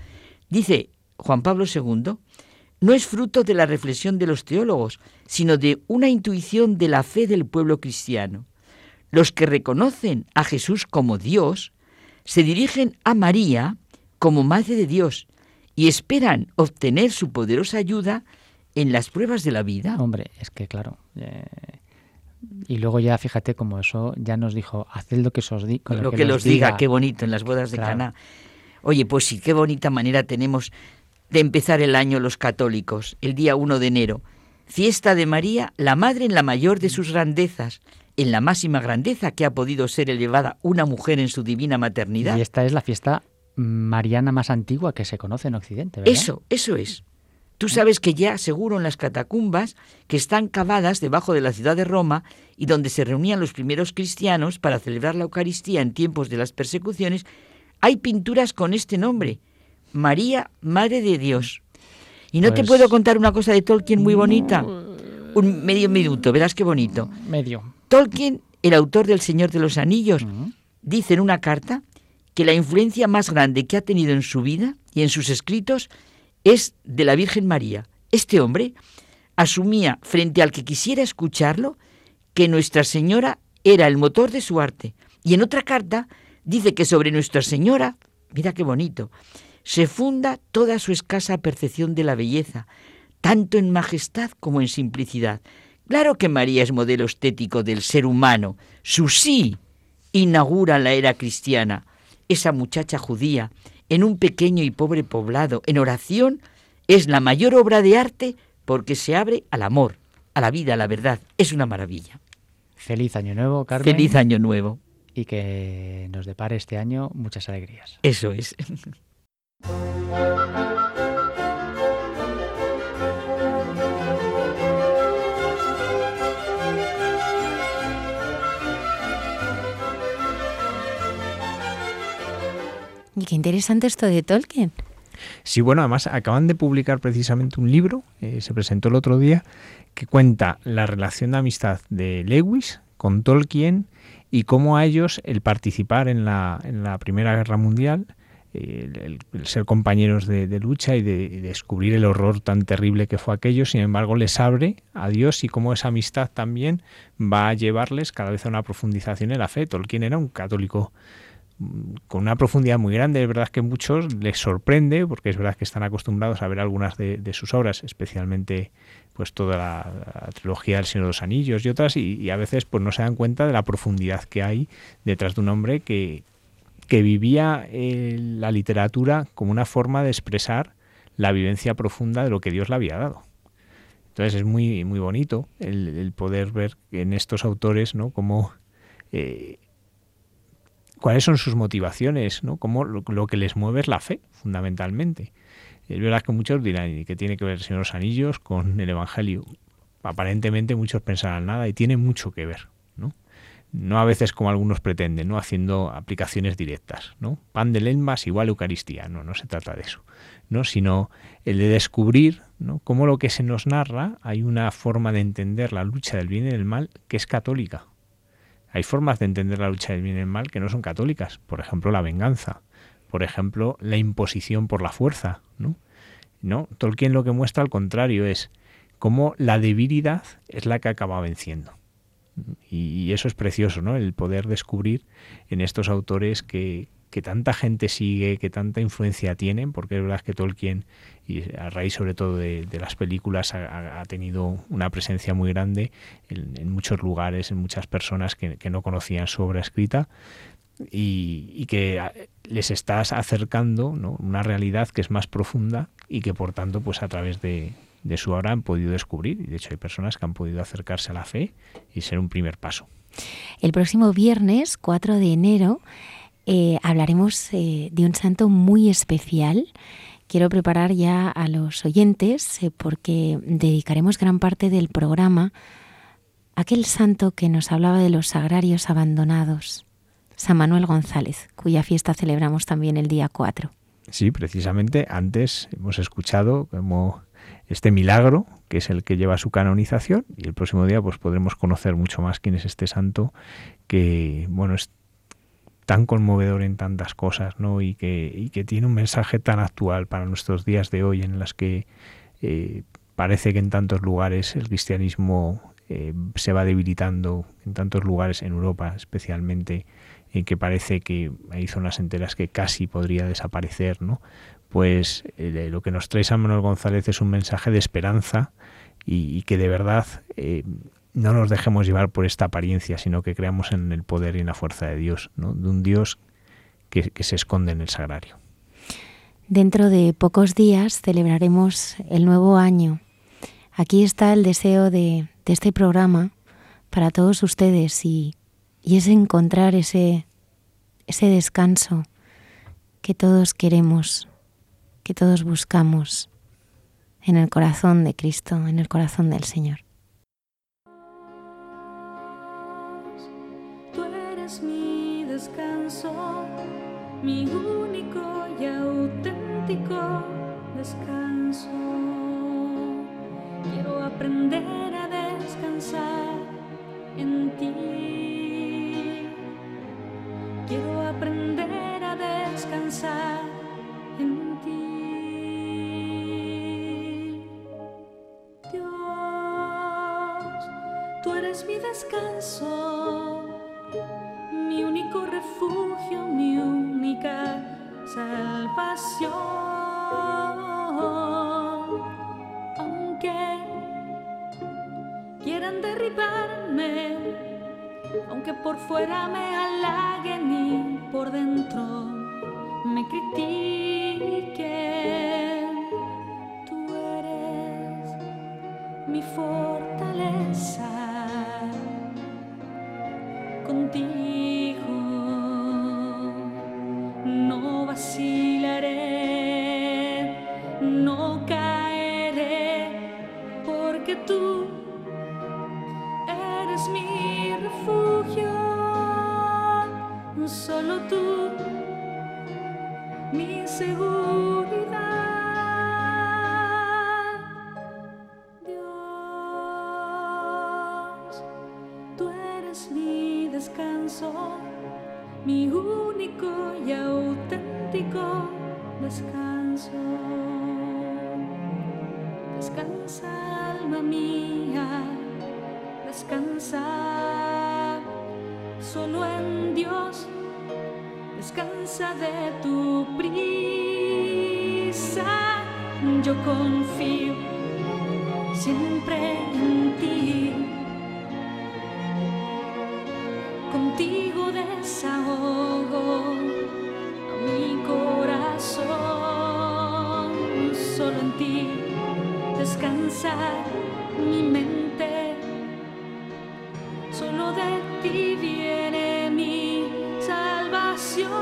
Dice Juan Pablo II, no es fruto de la reflexión de los teólogos, sino de una intuición de la fe del pueblo cristiano. Los que reconocen a Jesús como Dios se dirigen a María como Madre de Dios y esperan obtener su poderosa ayuda en las pruebas de la vida. Hombre, es que claro. Y luego ya fíjate como eso ya nos dijo, haced lo que os diga. Lo que los diga, qué bonito, en las bodas de Claro. Caná. Oye, pues sí, qué bonita manera tenemos de empezar el año los católicos, el día 1 de enero. Fiesta de María, la Madre en la mayor de sus grandezas, en la máxima grandeza que ha podido ser elevada una mujer en su divina maternidad. Y esta es la fiesta mariana más antigua que se conoce en Occidente, ¿verdad? Eso es. Tú sabes que ya seguro en las catacumbas que están cavadas debajo de la ciudad de Roma y donde se reunían los primeros cristianos para celebrar la Eucaristía en tiempos de las persecuciones, hay pinturas con este nombre, María, Madre de Dios. Y no te puedo contar una cosa de Tolkien muy bonita. Un medio minuto, verás qué bonito. Medio. Tolkien, el autor del Señor de los Anillos, dice en una carta que la influencia más grande que ha tenido en su vida y en sus escritos es de la Virgen María. Este hombre asumía, frente al que quisiera escucharlo, que Nuestra Señora era el motor de su arte. Y en otra carta dice que sobre Nuestra Señora, mira qué bonito, se funda toda su escasa percepción de la belleza, tanto en majestad como en simplicidad. Claro que María es modelo estético del ser humano. Su sí inaugura la era cristiana. Esa muchacha judía, en un pequeño y pobre poblado, en oración, es la mayor obra de arte porque se abre al amor, a la vida, a la verdad. Es una maravilla. Feliz Año Nuevo, Carmen. Feliz Año Nuevo. Y que nos depare este año muchas alegrías. Eso es. Y qué interesante esto de Tolkien. Sí, bueno, además acaban de publicar precisamente un libro, se presentó el otro día, que cuenta la relación de amistad de Lewis con Tolkien y cómo a ellos el participar en la Primera Guerra Mundial, el ser compañeros de lucha y de descubrir el horror tan terrible que fue aquello, sin embargo les abre a Dios y cómo esa amistad también va a llevarles cada vez a una profundización en la fe. Tolkien era un católico con una profundidad muy grande. Es verdad que a muchos les sorprende, porque es verdad que están acostumbrados a ver algunas de sus obras, especialmente pues toda la trilogía del Señor de los Anillos y otras, y a veces pues no se dan cuenta de la profundidad que hay detrás de un hombre que vivía la literatura como una forma de expresar la vivencia profunda de lo que Dios le había dado. Entonces es muy, muy bonito el poder ver en estos autores, ¿no?, cómo cuáles son sus motivaciones, ¿no? Cómo lo que les mueve es la fe, fundamentalmente. Es verdad que muchos dirán que tiene que ver el Señor de los Anillos con el Evangelio. Aparentemente muchos pensarán nada y tiene mucho que ver, ¿no? No a veces como algunos pretenden, ¿no?, haciendo aplicaciones directas, ¿no? Pan de lenguas igual Eucaristía. No se trata de eso, ¿no? Sino el de descubrir, ¿no?, cómo lo que se nos narra hay una forma de entender la lucha del bien y del mal que es católica. Hay formas de entender la lucha del bien y del mal que no son católicas. Por ejemplo, la venganza. Por ejemplo, la imposición por la fuerza, ¿no? Tolkien lo que muestra al contrario es cómo la debilidad es la que acaba venciendo. Y eso es precioso, ¿no? El poder descubrir en estos autores que tanta gente sigue, que tanta influencia tienen, porque es verdad que Tolkien, y a raíz sobre todo de las películas, ha tenido una presencia muy grande en muchos lugares, en muchas personas que no conocían su obra escrita y que les estás acercando, ¿no?, una realidad que es más profunda y que por tanto pues a través de su obra han podido descubrir, y de hecho hay personas que han podido acercarse a la fe y ser un primer paso. El próximo viernes, 4 de enero, hablaremos de un santo muy especial. Quiero preparar ya a los oyentes porque dedicaremos gran parte del programa a aquel santo que nos hablaba de los sagrarios abandonados, San Manuel González, cuya fiesta celebramos también el día 4. Sí, precisamente antes hemos escuchado como este milagro, que es el que lleva a su canonización, y el próximo día pues podremos conocer mucho más quién es este santo, que bueno, es tan conmovedor en tantas cosas, ¿no? Y que tiene un mensaje tan actual para nuestros días de hoy, en las que parece que en tantos lugares el cristianismo se va debilitando, en tantos lugares en Europa especialmente, que parece que hay zonas enteras que casi podría desaparecer, ¿no? Pues lo que nos trae San Manuel González es un mensaje de esperanza y que de verdad no nos dejemos llevar por esta apariencia, sino que creamos en el poder y en la fuerza de Dios, ¿no? De un Dios que se esconde en el sagrario. Dentro de pocos días celebraremos el nuevo año. Aquí está el deseo de este programa para todos ustedes y es encontrar ese descanso que todos queremos, que todos buscamos en el corazón de Cristo, en el corazón del Señor. Tú eres mi descanso, mi único y auténtico descanso. Quiero aprender a descansar en ti. Quiero aprender a descansar en ti. Dios, tú eres mi descanso, mi único refugio, mi única salvación. Aunque quieran derribarme, aunque por fuera me halaguen y por dentro me critiquen, tú eres mi fortaleza. Contigo no vacilaré, no caeré, porque tú eres mi refugio, solo tú, mi seguridad. Dios, tú eres mi descanso, mi único y auténtico descanso. Descansa, alma mía, descansa solo en Dios, descansa de tu prisa. Yo confío siempre en ti, contigo desahogo a mi corazón, solo en ti descansa mi mente. Solo de ti viene mi salvación.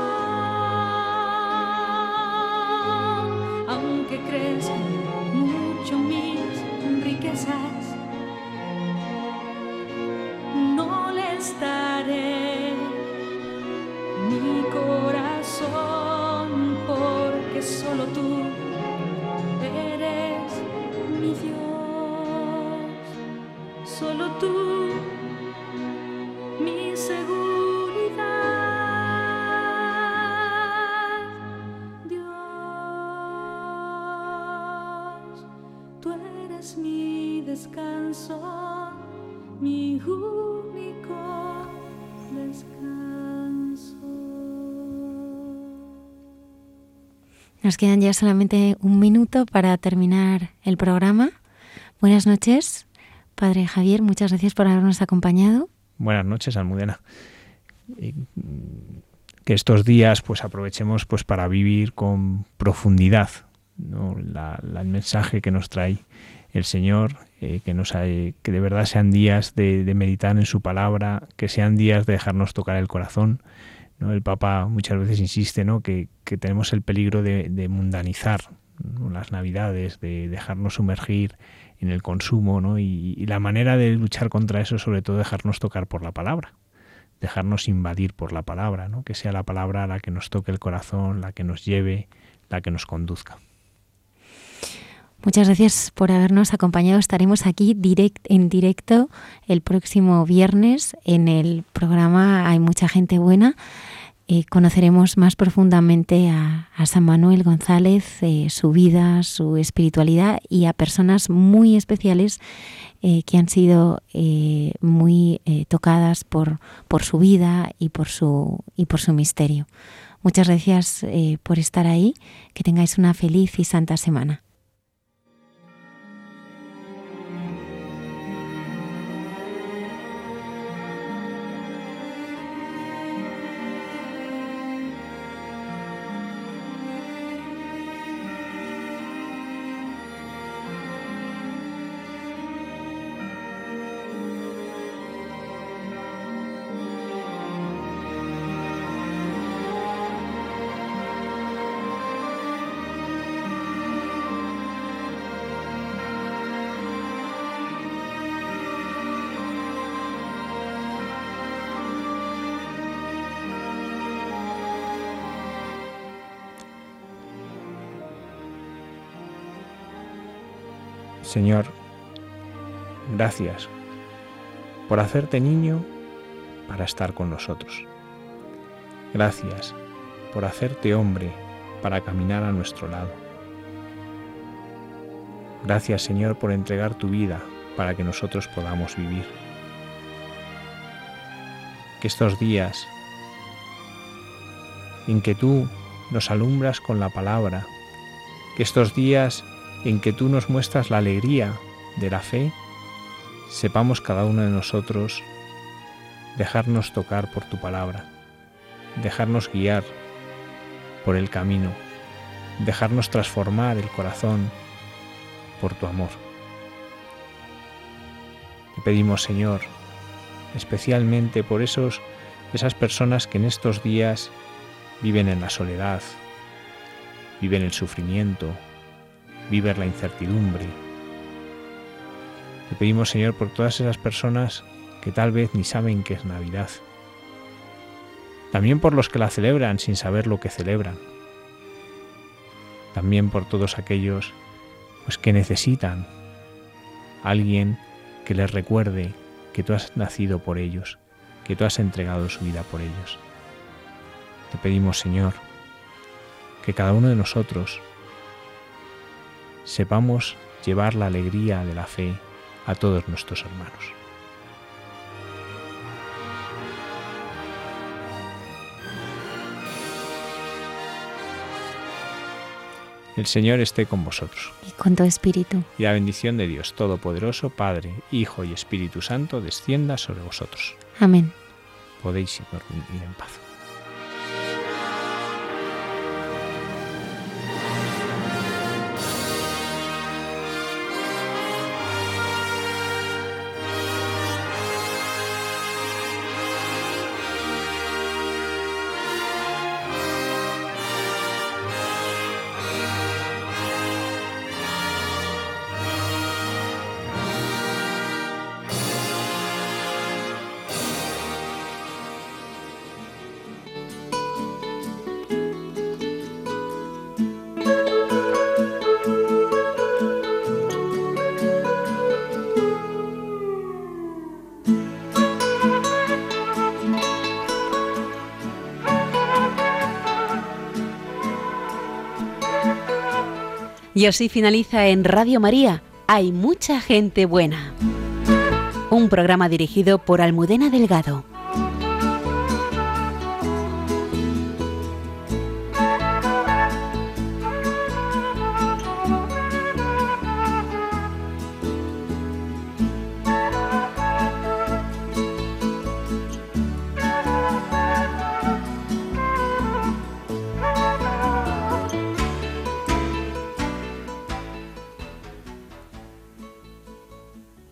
Aunque crezcan mucho mis riquezas, no les daré mi corazón, porque solo tú eres mi Dios. Solo tú, mi seguridad. Dios, tú eres mi descanso, mi único descanso. Nos quedan ya solamente un minuto para terminar el programa. Buenas noches, Padre Javier, muchas gracias por habernos acompañado. Buenas noches, Almudena. Que estos días pues aprovechemos pues para vivir con profundidad, ¿no? El mensaje que nos trae el Señor, que de verdad sean días de meditar en su palabra, que sean días de dejarnos tocar el corazón, ¿no? El Papa muchas veces insiste, ¿no? que tenemos el peligro de mundanizar, ¿no? Las Navidades, de dejarnos sumergir en el consumo, ¿no? Y la manera de luchar contra eso es sobre todo dejarnos tocar por la palabra, dejarnos invadir por la palabra, ¿no? Que sea la palabra la que nos toque el corazón, la que nos lleve, la que nos conduzca. Muchas gracias por habernos acompañado. Estaremos aquí en directo el próximo viernes en el programa Hay mucha gente buena. conoceremos más profundamente a San Manuel González, su vida, su espiritualidad y a personas muy especiales que han sido muy tocadas por su vida y por su misterio. Muchas gracias por estar ahí. Que tengáis una feliz y santa semana. Señor, gracias por hacerte niño para estar con nosotros. Gracias por hacerte hombre para caminar a nuestro lado. Gracias, Señor, por entregar tu vida para que nosotros podamos vivir. Que estos días en que tú nos alumbras con la palabra, que estos días en que tú nos muestras la alegría de la fe, sepamos cada uno de nosotros dejarnos tocar por tu palabra, dejarnos guiar por el camino, dejarnos transformar el corazón por tu amor. Te pedimos, Señor, especialmente por esas personas que en estos días viven en la soledad, viven el sufrimiento, viven la incertidumbre. Te pedimos, Señor, por todas esas personas que tal vez ni saben qué es Navidad. También por los que la celebran sin saber lo que celebran. También por todos aquellos que necesitan a alguien que les recuerde que tú has nacido por ellos, que tú has entregado su vida por ellos. Te pedimos, Señor, que cada uno de nosotros sepamos llevar la alegría de la fe a todos nuestros hermanos. El Señor esté con vosotros. Y con tu espíritu. Y la bendición de Dios Todopoderoso, Padre, Hijo y Espíritu Santo, descienda sobre vosotros. Amén. Podéis ir en paz. Y así finaliza en Radio María, Hay mucha gente buena. Un programa dirigido por Almudena Delgado.